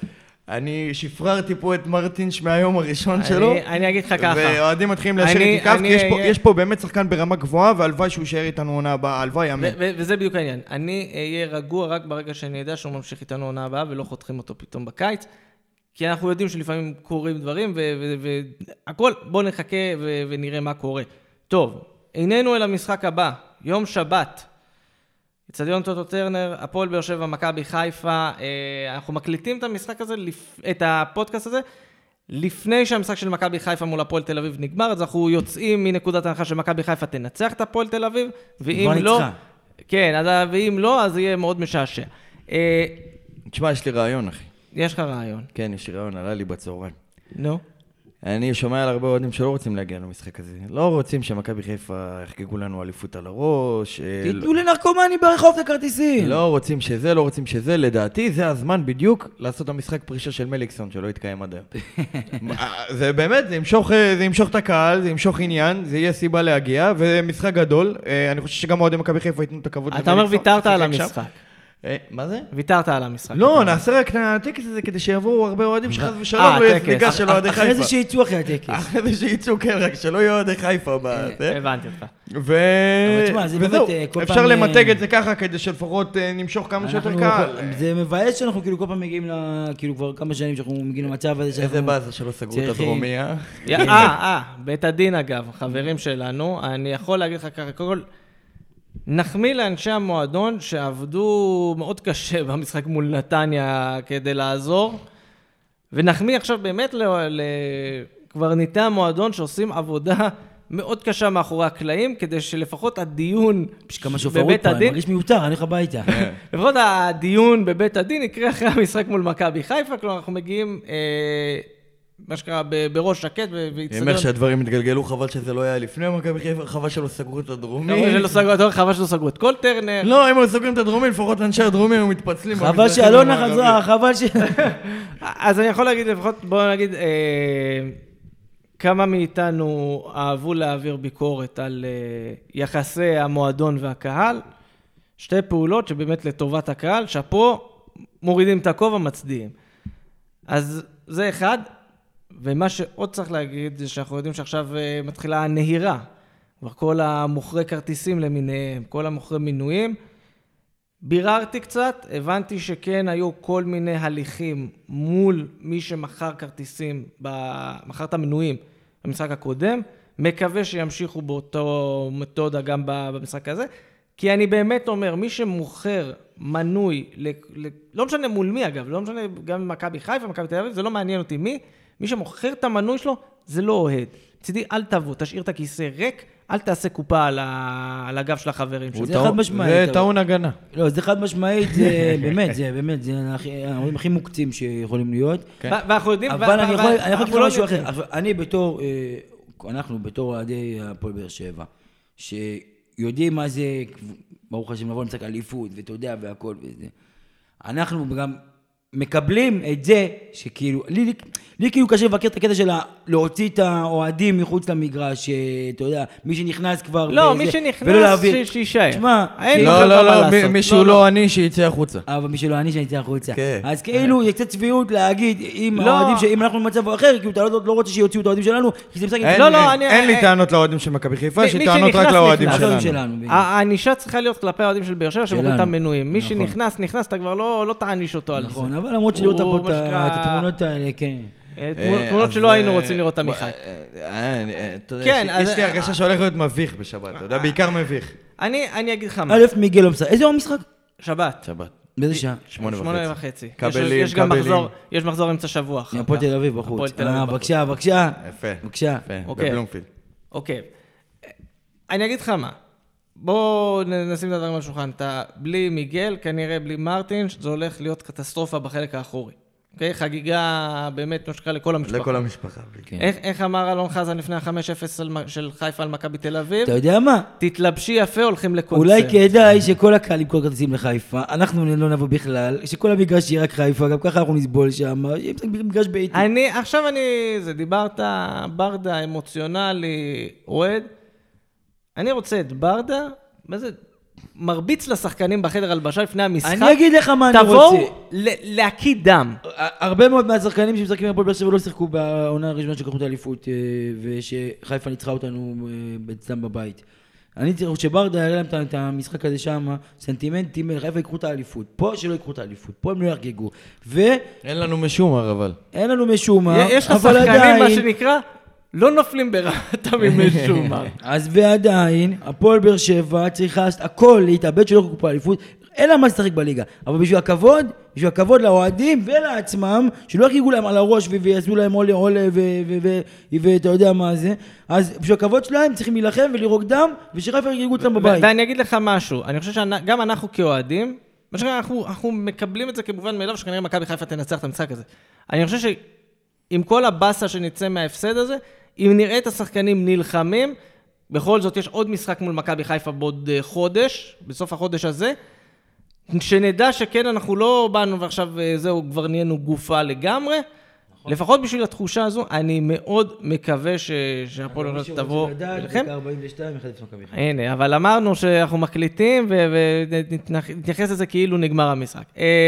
[SPEAKER 2] אני שפררתי פה את מרטינש מהיום הראשון שלו.
[SPEAKER 1] אני אגיד לך ככה.
[SPEAKER 2] ואוהדים מתחילים להשאיר איתי קו, כי יש פה באמת שחקן ברמה גבוהה, והלוואי שהוא יישאר איתנו עונה הבאה, הלוואי אמן.
[SPEAKER 1] וזה בדיוק העניין. אני אהיה רגוע רק ברגע שאני יודע שהוא ממשיך איתנו עונה הבאה, ולא חותכים אותו פתאום בקיץ, כי אנחנו יודעים שלפעמים קורים דברים, והכל, בואו נחכה ונראה מה קורה. טוב, איננו אל המשחק הבא, יום שבת. אצטדיון טוטו טרנר, הפועל באר שבע, מכבי חיפה, אנחנו מקליטים את המשחק הזה, את הפודקאסט הזה, לפני שהמשחק של מכבי חיפה מול הפועל תל אביב נגמר, אז אנחנו יוצאים מנקודת ההנחה שמכבי חיפה תנצח את הפועל תל אביב, ואם לא, כן, ואם לא, אז יהיה מאוד משעשע.
[SPEAKER 2] תשמע, יש לי רעיון, אחי.
[SPEAKER 1] יש לך רעיון?
[SPEAKER 2] כן, יש לי רעיון, עלה לי בצהריים.
[SPEAKER 1] נו?
[SPEAKER 2] אני שומע על הרבה אוהדים שלא רוצים להגיע למשחק הזה. לא רוצים שמכבי חיפה יחגגו לנו אליפות על הראש.
[SPEAKER 3] תיתנו לנרקומני ברחוב את הכרטיסים.
[SPEAKER 2] לא רוצים שזה, לא רוצים שזה. לדעתי זה הזמן בדיוק לעשות המשחק פרישה של מליקסון, שלא יתקיים עד היום. זה באמת, זה ימשוך את הקהל, זה ימשוך עניין, זה יהיה סיבה להגיע, וזה משחק גדול. אני חושב שגם אוהדי מכבי חיפה ייתנו את הכבוד
[SPEAKER 1] למליקסון. אתה אומר ויתרת על המשחק.
[SPEAKER 2] מה זה?
[SPEAKER 1] ויתרת על המשחק.
[SPEAKER 2] לא, נעשה רק הטקס הזה כדי שיבואו הרבה אוהדים שחז ושלום לא יפגע של אוהדי חיפה.
[SPEAKER 3] אחרי זה שיצאו אחרי הטקס.
[SPEAKER 2] אחרי זה שיצאו, כן, רק שלא יהיו אוהדי חיפה.
[SPEAKER 1] הבנתי אותך.
[SPEAKER 2] וזהו, אפשר למתג את זה ככה כדי שלפחות נמשוך כמה שיותר קהל.
[SPEAKER 3] זה מבאס שאנחנו כאילו כל פעם מגיעים, כאילו כבר כמה שנים שאנחנו מגיעים למצב הזה.
[SPEAKER 2] איזה באזה שלא סגרו את הדרומיה.
[SPEAKER 1] בית הדין אגב, חברים שלנו, אני יכול להגיד לך ככה, קודם כל, נחמיא לאנשי המועדון שעבדו מאוד קשה במשחק מול נתניה כדי לעזור, ונחמיא עכשיו באמת לקברניטי המועדון שעושים עבודה מאוד קשה מאחורי הקלעים, כדי שלפחות הדיון
[SPEAKER 3] בבית הדין... מרגיש מיותר, אני הולך הביתה.
[SPEAKER 1] לפחות הדיון בבית הדין יקרה אחרי המשחק מול מכבי חיפה, כלומר אנחנו מגיעים... מה שקרה בראש שקט
[SPEAKER 2] והצטדיון. איך שהדברים התגלגלו, חבל שזה לא היה לפני מכבי חיפה, חבל שלא סגרו את הדרומי.
[SPEAKER 1] חבל שלא סגרו את כל טרנר.
[SPEAKER 2] לא, אם לא סגרו את הדרומי, לפחות לאנשי הדרומי הם מתפצלים.
[SPEAKER 3] חבל שאלונה חזרה, חבל ש...
[SPEAKER 1] אז אני יכול להגיד לפחות, בואו נגיד, כמה מאיתנו אהבו להעביר ביקורת על יחסי המועדון והקהל, שתי פעולות שבאמת לטובת הקהל, שפה מורידים את הכובע, מצדיעים. אז זה אחד. ומה שעוד צריך להגיד זה שאנחנו יודעים שעכשיו מתחילה הנהירה. כבר כל המוכרי כרטיסים למיניהם, כל המוכרי מינויים. ביררתי קצת, הבנתי שכן היו כל מיני הליכים מול מי שמכר כרטיסים, מכר את המינויים במשחק הקודם. מקווה שימשיכו באותו מתודה גם במשחק הזה. כי אני באמת אומר, מי שמוכר מנוי, לא משנה מול מי אגב, לא משנה גם מכבי חיפה, מכבי תל אביב, זה לא מעניין אותי מי. מי שמוכר את המנוי שלו, זה לא אוהד. צידי, אל תבוא, תשאיר את הכיסא ריק, אל תעשה קופה על הגב של החברים.
[SPEAKER 3] זה חד משמעית.
[SPEAKER 2] זה טעון הגנה.
[SPEAKER 3] לא, זה חד משמעית, זה באמת, זה ההורים הכי מוקצים שיכולים להיות.
[SPEAKER 1] ואנחנו יודעים...
[SPEAKER 3] אבל אני יכול להגיד לך משהו אחר. אני בתור, אנחנו בתור אוהדי הפועל באר שבע, שיודעים מה זה, ברוך השם, לבוא למשחק אליפות, ואתה יודע, והכל וזה. אנחנו גם... מקבלים את זה שכאילו, לי כאילו קשה לבקר את הקטע של להוציא את האוהדים מחוץ למגרש, אתה יודע, מי שנכנס כבר...
[SPEAKER 1] לא, מי שנכנס שישאר.
[SPEAKER 3] תשמע,
[SPEAKER 2] לא, מישהו לא עני שיצא החוצה.
[SPEAKER 3] אבל מישהו לא עני שיצא החוצה. אז כאילו, יצא צביעות להגיד, אם אנחנו במצב אחר, כי אתה לא רוצה שיוציאו את האוהדים שלנו, כי זה משחק...
[SPEAKER 2] אין לי טענות לאוהדים של מכבי חיפה, יש לי טענות רק לאוהדים שלנו.
[SPEAKER 1] הענישה צריכה להיות כלפי האוהדים של באר שבע שמוכרים את המנויים. מי שנכנס, אתה כבר לא תעניש אותו על זה.
[SPEAKER 3] אבל למרות שלראות פה את התמונות האלה, כן.
[SPEAKER 1] תמונות שלא היינו רוצים לראות את עמיחי.
[SPEAKER 2] יש לי הרגשה שהולך להיות מביך בשבת, אתה יודע, בעיקר מביך.
[SPEAKER 1] אני אגיד לך מה.
[SPEAKER 3] א' מיגל לא משחק. איזה יום משחק?
[SPEAKER 1] שבת.
[SPEAKER 3] באיזה שעה?
[SPEAKER 1] 8:30.
[SPEAKER 2] קבלים.
[SPEAKER 1] יש מחזור אמצע שבוע.
[SPEAKER 3] הפועל תל אביב בחוץ. בבקשה.
[SPEAKER 2] יפה.
[SPEAKER 3] בבקשה.
[SPEAKER 2] בבלומפילד.
[SPEAKER 1] אוקיי. אני אגיד לך מה. בואו נשים את הדברים על השולחן. בלי מיגל, כנראה בלי מרטינש, זה הולך להיות קטסטרופה בחלק האחורי. אוקיי? חגיגה באמת נושקה לכל המשפחה.
[SPEAKER 2] לכל המשפחה.
[SPEAKER 1] איך אמר אלון חזן לפני ה-5-0 של חיפה על מכבי תל אביב?
[SPEAKER 3] אתה יודע מה?
[SPEAKER 1] תתלבשי יפה, הולכים לקונצרט.
[SPEAKER 3] אולי כדאי שכל הקהל ימכור כרטיסים לחיפה, אנחנו לא נבוא בכלל, שכל המגרש יהיה רק חיפה, גם ככה אנחנו נסבול שם, יהיה מגרש ביתי.
[SPEAKER 1] עכשיו דיברת ברדה, אמוציונלי, אוהד. אני רוצה את ברדה, מה זה? מרביץ לשחקנים בחדר הלבשה לפני המשחק.
[SPEAKER 3] אני אגיד לך מה אני רוצה.
[SPEAKER 1] תבואו להקיא דם.
[SPEAKER 3] הרבה מאוד מהשחקנים שמשחקים בהפועל באר שבע לא שיחקו בעונה הראשונה שקחו את האליפות, ושחיפה ניצחה אותנו אצלם בבית. אני צריך שברדה יראה להם את המשחק הזה שם, סנטימנטים, חיפה יקחו את האליפות. פה שלא יקחו את האליפות, פה הם לא ירגגו.
[SPEAKER 2] אין לנו משומר אבל.
[SPEAKER 3] אין לנו משומר,
[SPEAKER 1] יש לך שחקנים מה שנקרא, לא נופלים ברעתם ממשומר.
[SPEAKER 3] אז ועדיין, הפועל באר שבע צריכה הכל להתאבד שלא יקחו האליפות, אין לה מה לשחק בליגה. אבל בשביל הכבוד לאוהדים ולעצמם, שלא יגיגו להם על הראש ויעשו להם עולה ואתה יודע מה זה, אז בשביל הכבוד שלהם צריכים להילחם ולרוק דם, ושחיפה יגיגו אותם בבית.
[SPEAKER 1] ואני אגיד לך משהו, אני חושב שגם אנחנו כאוהדים, אנחנו מקבלים את זה כמובן מאליו, שכנראה מכבי חיפה תנצח את המשחק הזה. אני חושב שעם כל הבאסה שנצא מההפסד הזה, אם נראה את השחקנים נלחמים, בכל זאת יש עוד משחק מול מכבי חיפה בעוד חודש, בסוף החודש הזה, שנדע שכן אנחנו לא באנו ועכשיו זהו כבר נהיינו גופה לגמרי, לפחות בשביל התחושה הזו, אני מאוד מקווה שהפועל תבוא אליכם. הנה, אבל אמרנו שאנחנו מקליטים ונתייחס לזה כאילו נגמר המשחק.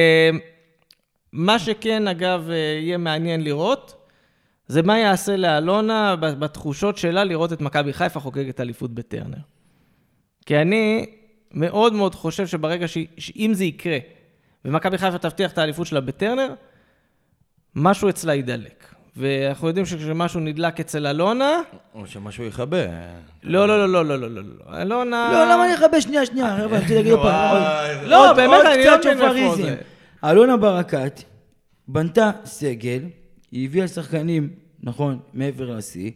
[SPEAKER 1] מה שכן אגב יהיה מעניין לראות, זה מה יעשה לאלונה בתחושות שלה לראות את מכבי חיפה חוגגת אליפות בטרנר. כי אני מאוד מאוד חושב שברגע שאם זה יקרה, ומכבי חיפה תבטיח את האליפות שלה בטרנר, משהו אצלה ידלק. ואנחנו יודעים שכשמשהו נדלק אצל אלונה...
[SPEAKER 2] או שמשהו יכבה.
[SPEAKER 1] לא. אלונה...
[SPEAKER 3] לא, למה אני יכבה? שנייה. אני רוצה להגיד פעם.
[SPEAKER 1] לא, באמת, אני לא מבין איפה זה.
[SPEAKER 3] אלונה ברקת בנתה סגל, היא הביאה שחקנים, נכון, מעבר לשיא,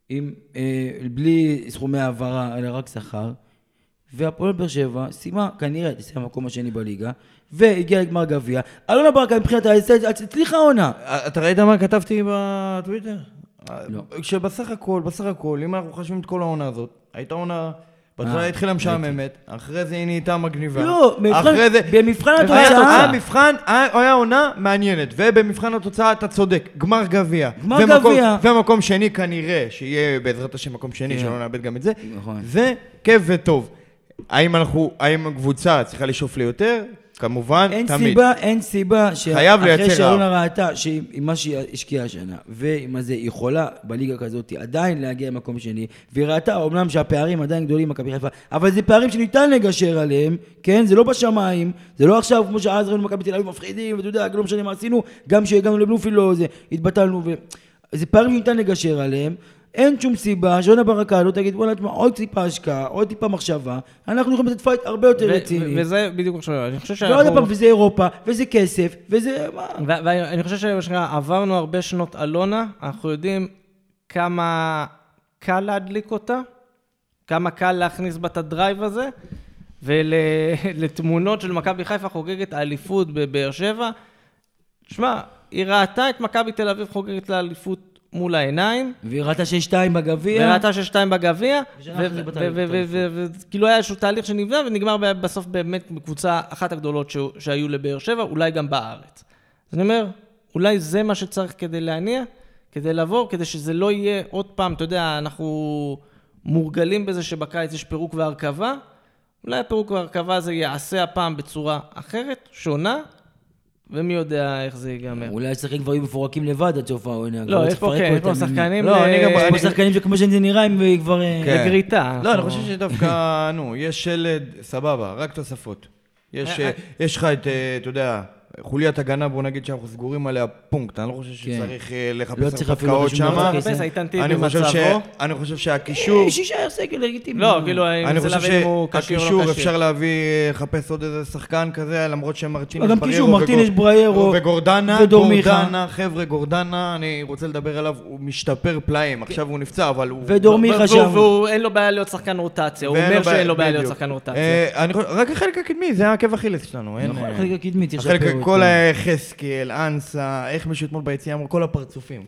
[SPEAKER 3] בלי סכומי העברה, אלא רק שכר, והפועל באר שבע סיימה, כנראה, תסיים המקום השני בליגה, והגיעה לגמר גביע. אלונה ברקת מבחינת הצליחה עונה.
[SPEAKER 2] אתה ראית מה כתבתי בטוויטר?
[SPEAKER 3] לא.
[SPEAKER 2] שבסך הכל, אם אנחנו חושבים את כל העונה הזאת, הייתה עונה... בהתחלה התחילה משעממת, אחרי זה היא נהייתה מגניבה.
[SPEAKER 3] לא, במבחן התוצאה...
[SPEAKER 2] המבחן היה עונה מעניינת, ובמבחן התוצאה אתה צודק, גמר גביע. ומקום שני כנראה, שיהיה בעזרת השם מקום שני, שלא נאבד גם את זה. זה כיף וטוב. האם הקבוצה צריכה לשאוף ליותר? כמובן, תמיד.
[SPEAKER 3] אין סיבה שאחרי שאלונה ראתה שעם מה שהיא השקיעה השנה, ועם מה זה היא יכולה בליגה כזאת עדיין להגיע למקום שני, והיא ראתה אומנם שהפערים עדיין גדולים מכבי חיפה, אבל זה פערים שניתן לגשר עליהם, כן? זה לא בשמיים, זה לא עכשיו כמו שאז ראינו מכבי תל אביב מפחידים, ואתה יודע, לא משנה מה עשינו, גם שהגענו לבלומפילד לא זה, התבטלנו, זה פערים שניתן לגשר עליהם, אין שום סיבה, שאלונה ברקת לא תגיד, וואלה, עוד טיפה השקעה, עוד טיפה מחשבה, אנחנו יכולים לתת פייט הרבה יותר רציני.
[SPEAKER 1] וזה בדיוק עכשיו, אני חושב
[SPEAKER 3] ועוד פעם, וזה אירופה, וזה כסף, וזה...
[SPEAKER 1] ואני חושב שעברנו הרבה שנות אלונה, אנחנו יודעים כמה קל להדליק אותה, כמה קל להכניס בה את הדרייב הזה, ולתמונות של מכבי חיפה חוגגת האליפות בבאר שבע. שמע, היא ראתה את מכבי תל אביב חוגגת לאליפות מול העיניים.
[SPEAKER 3] והיא ראתה 6-2 בגביע.
[SPEAKER 1] וכאילו היה איזשהו תהליך שנבנה, ונגמר בסוף באמת בקבוצה אחת הגדולות שהיו לבאר שבע, אולי גם בארץ. אז אני אומר, אולי זה מה שצריך כדי להניע, כדי לעבור, כדי שזה לא יהיה עוד פעם, אתה יודע, אנחנו מורגלים בזה שבקיץ יש פירוק והרכבה, אולי הפירוק והרכבה הזה יעשה הפעם בצורה אחרת, שונה, ומי יודע איך זה ייגמר.
[SPEAKER 3] אולי השחקנים כבר יהיו מפורקים לבד עד סוף העונה.
[SPEAKER 1] לא, יש פה שחקנים...
[SPEAKER 3] יש פה שחקנים שכמו שזה נראה, הם כבר...
[SPEAKER 1] לגריטה.
[SPEAKER 2] לא, אני חושב שדווקא, יש שלד, סבבה, רק תוספות. יש לך את, אתה יודע, חוליית הגנה, בוא נגיד שאנחנו סגורים עליה פונקט, אני לא חושב שצריך לחפש הרפתקאות שם. אני חושב שהקישור...
[SPEAKER 3] שישאר סגל לגיטימי.
[SPEAKER 1] לא, כאילו,
[SPEAKER 2] אני חושב שהקישור אפשר להביא, לחפש עוד איזה שחקן כזה, למרות
[SPEAKER 3] שמרטינש בריירו
[SPEAKER 2] וגורדנה, חבר'ה, גורדנה, אני רוצה לדבר עליו, הוא משתפר פלאים, עכשיו הוא נפצע, אבל הוא...
[SPEAKER 3] ודורמיכה שם.
[SPEAKER 1] ואין לו בעיה להיות שחקן רוטציה, הוא אומר שאין לו בעיה להיות שחקן רוטציה.
[SPEAKER 2] רק החלק הקדמי, זה העקב אכילס שלנו.
[SPEAKER 3] החלק הקדמי,
[SPEAKER 2] כל החסקל, אנסה, איך מישהו אתמול ביציאה אמרו, כל הפרצופים.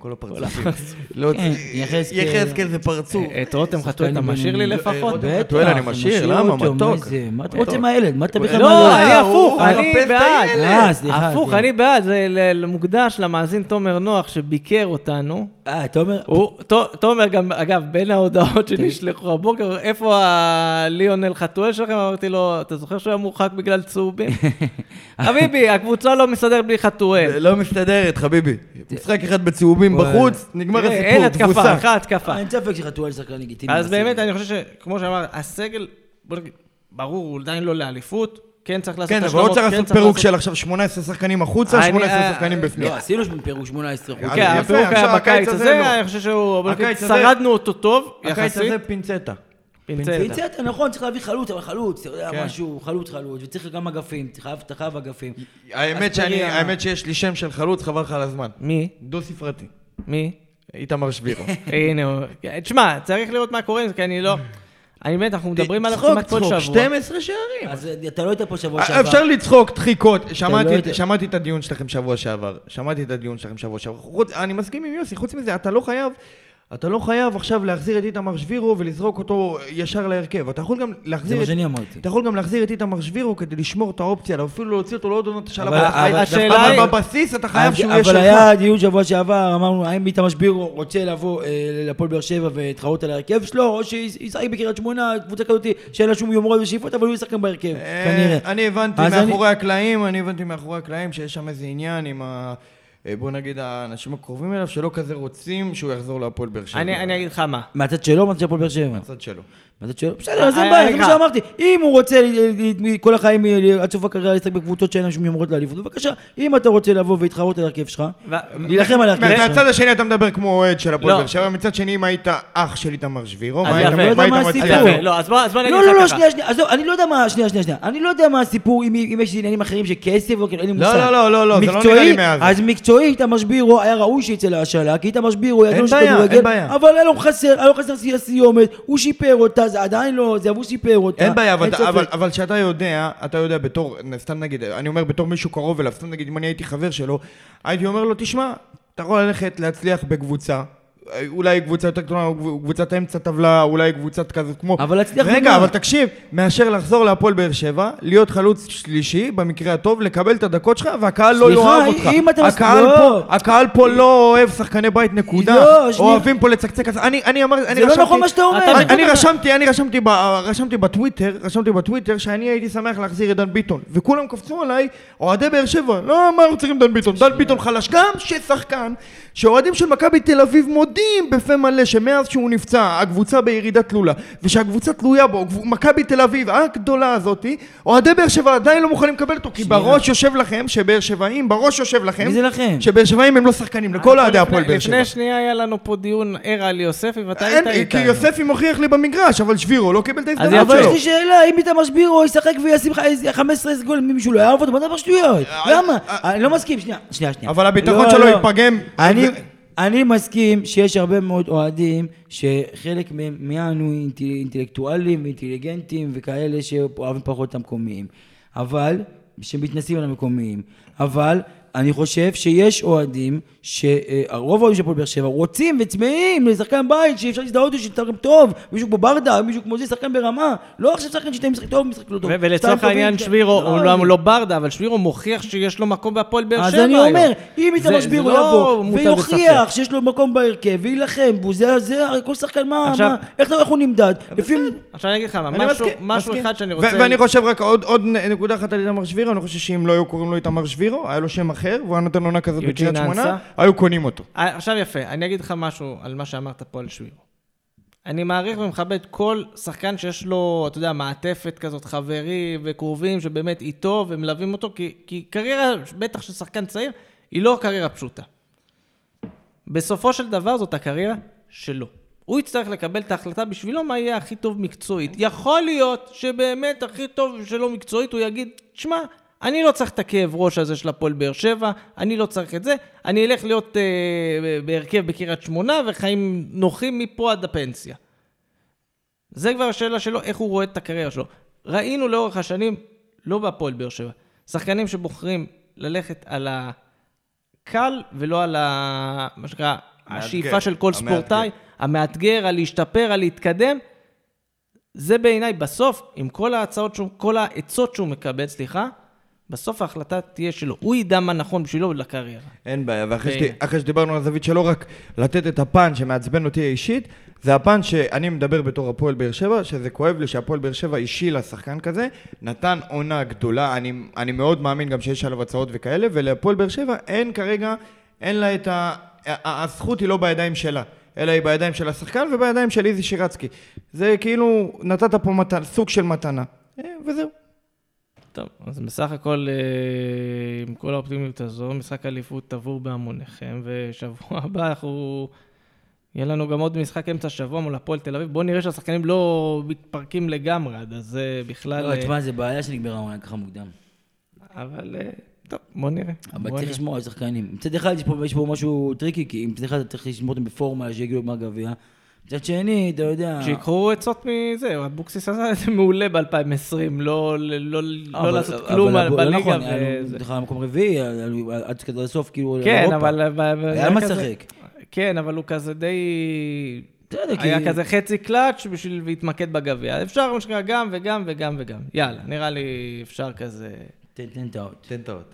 [SPEAKER 2] יחסקל זה פרצוף.
[SPEAKER 1] את רותם חתו את המשאיר לי לפחות?
[SPEAKER 2] בטח, אני משאיר, למה? מתוק.
[SPEAKER 3] מה אתה רוצה מהילד? מה אתה בכלל...
[SPEAKER 1] לא, אני הפוך, אני בעד. הפוך, אני בעד. זה מוקדש למאזין תומר נוח שביקר אותנו. תומר גם, אגב, בין ההודעות שנשלחו הבוקר, איפה הליונל חתואל שלכם? אמרתי לו, אתה זוכר שהוא היה מורחק בגלל צהובים? חביבי, הקבוצה לא מסתדר בלי חתואל.
[SPEAKER 2] לא מסתדרת, חביבי. משחק אחד בצהובים בחוץ, נגמר הסיפור,
[SPEAKER 1] אין התקפה, אחת התקפה.
[SPEAKER 3] אין ספק שחתואל שחקן לגיטימי.
[SPEAKER 1] אז באמת, אני חושב שכמו שאמר, הסגל, ברור, הוא עדיין לא לאליפות, כן צריך לעשות
[SPEAKER 2] השלמות. כן, אבל לא צריך לעשות פירוק של עכשיו 18 שחקנים החוצה, 18 שחקנים בפנים.
[SPEAKER 3] לא, עשינו פירוק 18 החוצה.
[SPEAKER 1] כן, הפירוק היה בקיץ הזה, אני חושב ששרדנו אותו טוב, יחסית.
[SPEAKER 2] הקיץ הזה פינצטה.
[SPEAKER 3] פינצטה, נכון, צריך להביא חלוץ, אבל חלוץ, אתה יודע משהו, חלוץ, וצריך גם אגפים, אתה חייב אגפים.
[SPEAKER 2] האמת שיש לי שם של חלוץ, חבל לך על הזמן.
[SPEAKER 1] מי?
[SPEAKER 2] דו ספרתי.
[SPEAKER 1] מי?
[SPEAKER 2] איתמר שבירו.
[SPEAKER 1] הנה, תשמע, צריך לראות מה קורה, כי אני לא... אני באמת, אנחנו מדברים על כמעט כל שבוע.
[SPEAKER 2] 12 שערים.
[SPEAKER 3] אז אתה לא היית פה שבוע שעבר.
[SPEAKER 2] אפשר לצחוק, דחיקות. שמעתי את הדיון שלכם שבוע שעבר. אני מסכים עם יוסי, חוץ מזה, אתה לא חייב עכשיו להחזיר את איתמר שבירו ולזרוק אותו ישר להרכב. אתה יכול גם להחזיר את איתמר שבירו כדי לשמור את האופציה, אפילו להוציא אותו לעוד עונות השלב. אבל בבסיס אתה חייב שהוא יהיה שלך.
[SPEAKER 3] אבל היה דיון שבוע שעבר, אמרנו, האם איתמר שבירו רוצה לבוא לפועל באר שבע ולהתחרות על ההרכב שלו, או שישחק בקריית שמונה, קבוצה כזאת שאין לה שום יומרות ושאיפות, אבל הוא ישחק גם בהרכב, כנראה.
[SPEAKER 2] אני הבנתי מאחורי הקלעים שיש שם איזה עניין עם בוא נגיד, האנשים הקרובים אליו שלא כזה רוצים שהוא יחזור להפועל באר שבע.
[SPEAKER 1] אני אגיד לך מה.
[SPEAKER 3] מהצד שלו, מהצד של הפועל באר שבע?
[SPEAKER 2] מהצד שלו.
[SPEAKER 3] בסדר, אז אין בעיה, זה מה שאמרתי. אם הוא רוצה כל החיים עד סוף הקריירה להשחק בקבוצות שאין להם שום יומרות לאליפות, בבקשה, אם אתה רוצה לבוא ולהתחרות על הרכב שלך, להילחם על הרכב שלך.
[SPEAKER 2] מהצד השני אתה מדבר כמו אוהד של הפועל באר שבע, מצד שני אם היית אח של איתמר שבירו, מה היית
[SPEAKER 1] מצליח? לא, אז בוא נגיד לך ככה.
[SPEAKER 3] אני לא יודע מה הסיפור, אם יש עניינים אחרים שכסף או אין לי מושג.
[SPEAKER 2] לא, זה לא נראה לי מאז.
[SPEAKER 3] אז מקצועית, איתמר שבירו היה ראוי שיצא להשאלה, כי איתמר שבירו ידעו שכדורגל, אבל היה לו חסר סיומת, הוא שיפר אותה, זה עדיין לא, זה הוא שיפר אותה.
[SPEAKER 2] אין בעיה, אבל שאתה יודע, בתור, סתם נגיד, אני אומר בתור מישהו קרוב אליו, סתם נגיד, אם אני הייתי חבר שלו, הייתי אומר לו, תשמע, אתה יכול ללכת להצליח בקבוצה, אולי קבוצה יותר קטנה, קבוצת אמצע טבלה, אולי קבוצת כזאת כמו... רגע, אבל תקשיב, מאשר לחזור להפועל באר שבע, להיות חלוץ שלישי, במקרה הטוב, לקבל את הדקות שלך, והקהל לא יאהב אותך. הקהל פה לא אוהב שחקני בית נקודה, אוהבים פה לצקצק.
[SPEAKER 3] זה לא נכון מה שאתה אומר.
[SPEAKER 2] אני רשמתי בטוויטר שאני הייתי שמח להחזיר את דן ביטון, וכולם קפצו עליי, אוהדי באר שבע, לא, מה אנחנו צריכים דן ביטון? דן ביטון חלש, גם ששחקן, שאוהדים של מכבי תל אביב מודים בפה מלא שמאז שהוא נפצע, הקבוצה בירידת תלולה, ושהקבוצה תלויה בו, מכבי תל אביב הגדולה הזאת, אוהדי באר שבע עדיין לא מוכנים לקבל אותו, כי בראש יושב לכם שבאר שבעים,
[SPEAKER 3] מי זה לכם?
[SPEAKER 2] שבאר שבעים הם לא שחקנים, לכל אוהדי הפועל באר שבע.
[SPEAKER 1] לפני שנייה היה לנו פה דיון ער על יוספי, ואתה היית איתנו.
[SPEAKER 2] כי יוספי מוכיח לי במגרש, אבל שבירו לא קיבל את ההזדמנות שלו.
[SPEAKER 3] אבל יש לי שאלה, אם איתמר שבירו ישחק וישים 15 גול, מישהו לא יערב אותו, מה דבר שטויות? למה? אני לא מסכים, שנייה.
[SPEAKER 2] אבל הביטחון שלו ייפגם.
[SPEAKER 3] אני מסכים שיש הרבה מאוד אוהדים שחלק מהם יענו אינטלקטואלים ואינטליגנטים וכאלה שאוהבים פחות את המקומיים, אבל שמתנסים על המקומיים, אבל אני חושב שיש אוהדים שהרוב האוהדים של הפועל באר שבע רוצים וצמאים לשחקן בית שאפשר להזדהות ששחקן טוב, מישהו כמו ברדה, מישהו כמו זה, שחקן ברמה, לא עכשיו שחקן שאתה משחק טוב ומשחק לא טוב.
[SPEAKER 1] ולצורך העניין שבירו, הוא לא ברדה, אבל שבירו מוכיח שיש לו מקום בהפועל באר שבע.
[SPEAKER 3] אז אני אומר, אם איתמר שבירו יבוא ויוכיח שיש לו מקום בהרכב וילחם, זה כל שחקן איך הוא נמדד?
[SPEAKER 1] עכשיו אני אגיד לך משהו אחד שאני רוצה...
[SPEAKER 2] ואני חושב רק עוד נקודה אחת על איתמר שבירו, אני חושב שאם לא היו קוראים לו איתמר שבירו, היה לו שם אחר, והוא היה נותן עונה כזאת בקריית שמונה, היו קונים אותו.
[SPEAKER 1] עכשיו יפה, אני אגיד לך משהו על מה שאמרת פה על שבירו. אני מעריך ומכבד כל שחקן שיש לו, אתה יודע, מעטפת כזאת, חברי וקרובים שבאמת איתו ומלווים אותו, כי קריירה, בטח של שחקן צעיר, היא לא קריירה פשוטה. בסופו של דבר זאת הקריירה שלו. הוא יצטרך לקבל את ההחלטה בשבילו מה יהיה הכי טוב מקצועית. יכול להיות שבאמת הכי טוב שלו מקצועית הוא יגיד, תשמע, אני לא צריך את הכאב ראש הזה של הפועל באר שבע, אני לא צריך את זה, אני אלך להיות בהרכב בקריית שמונה וחיים נוחים מפה עד הפנסיה. זה כבר השאלה שלו, איך הוא רואה את הקריירה שלו. ראינו לאורך השנים, לא בהפועל באר שבע, שחקנים שבוחרים ללכת על הקל ולא על מה שנקרא, השאיפה של כל ספורטאי, המאתגר, על להשתפר, על להתקדם, זה בעיניי בסוף, עם כל ההצעות, כל העצות שהוא מקבל, בסוף ההחלטה תהיה שלו. הוא ידע מה נכון בשבילו לקריירה.
[SPEAKER 2] אין בעיה, ואחרי שדיברנו על הזווית שלו, רק לתת את הפן שמעצבן אותי אישית, זה הפן שאני מדבר בתור הפועל באר שבע, שזה כואב לי שהפועל באר שבע אישי לשחקן כזה, נתן עונה גדולה, אני מאוד מאמין גם שיש עליו הצעות וכאלה, ולפועל באר שבע אין כרגע, אין לה את הזכות היא לא בידיים שלה, אלא היא בידיים של השחקן ובידיים של איזי שירצקי. זה כאילו, נתת פה סוג של מתנה, וזהו.
[SPEAKER 1] טוב, אז בסך הכל, עם כל האופטימיות הזו, משחק אליפות תבור בהמוניכם, ושבוע הבא יהיה לנו גם עוד משחק אמצע שבוע מול הפועל תל אביב. בואו נראה שהשחקנים לא מתפרקים לגמרי, אז זה בכלל...
[SPEAKER 3] לא, תשמע, זה בעיה שנגמרה העונה ככה מוקדם.
[SPEAKER 1] אבל, טוב, בואו נראה.
[SPEAKER 3] אבל צריך לשמור על שחקנים. מצד אחד יש פה משהו טריקי, כי מצד אחד צריך לשמור אותם בפורמה, שיגיעו לגמר גביע. מצד שני, אתה יודע...
[SPEAKER 1] שיקחו עצות מזה, אבוקסיס עשה את זה מעולה ב-2020, לא לעשות כלום בליגה.
[SPEAKER 3] נכון, למקום רביעי, עד כדי הסוף, כאילו...
[SPEAKER 1] כן, אבל...
[SPEAKER 3] היה משחק.
[SPEAKER 1] כן, אבל הוא כזה די... היה כזה חצי קלאץ' בשביל להתמקד בגביע. אפשר משקע גם וגם וגם וגם. יאללה, נראה לי אפשר כזה...
[SPEAKER 3] תן טעות.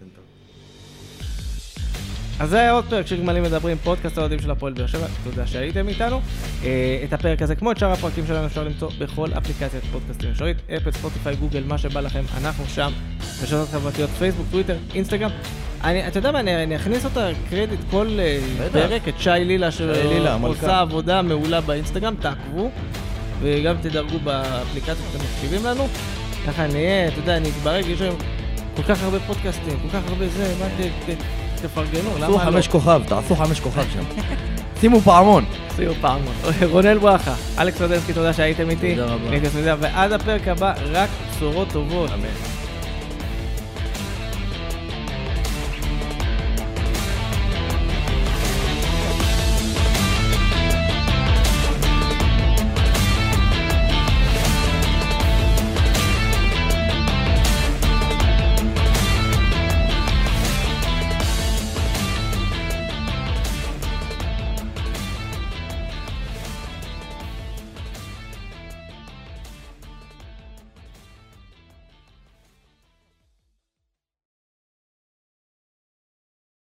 [SPEAKER 1] אז זה היה עוד פרק של גמלים מדברים, פודקאסט האוהדים של הפועל באר שבע. תודה שהייתם איתנו. את הפרק הזה, כמו את שאר הפרקים שלנו, אפשר למצוא בכל אפליקציית פודקאסטים אפשרית, אפל, ספוטיפיי, גוגל, מה שבא לכם, אנחנו שם. רשתות חברתיות, פייסבוק, טוויטר, אינסטגרם. אתה יודע מה, אני אכניס אותה קרדיט כל פרק, את שי לילה שעושה עבודה מעולה באינסטגרם, תעקבו, וגם תדרגו באפליקציות שאתם מקשיבים לנו. ככה נהיה, אתה יודע, נתברג, יש היום כל כך הרבה פודקאסטים, כל כך הרבה זה, מה תפרגנו, למה לא?
[SPEAKER 2] תעשו 5 כוכב שם. שימו פעמון.
[SPEAKER 1] רונל ברכה, אלכס רדנסקי, תודה שהייתם איתי.
[SPEAKER 3] תודה רבה.
[SPEAKER 1] ועד הפרק הבא, רק בשורות טובות.
[SPEAKER 2] אמן.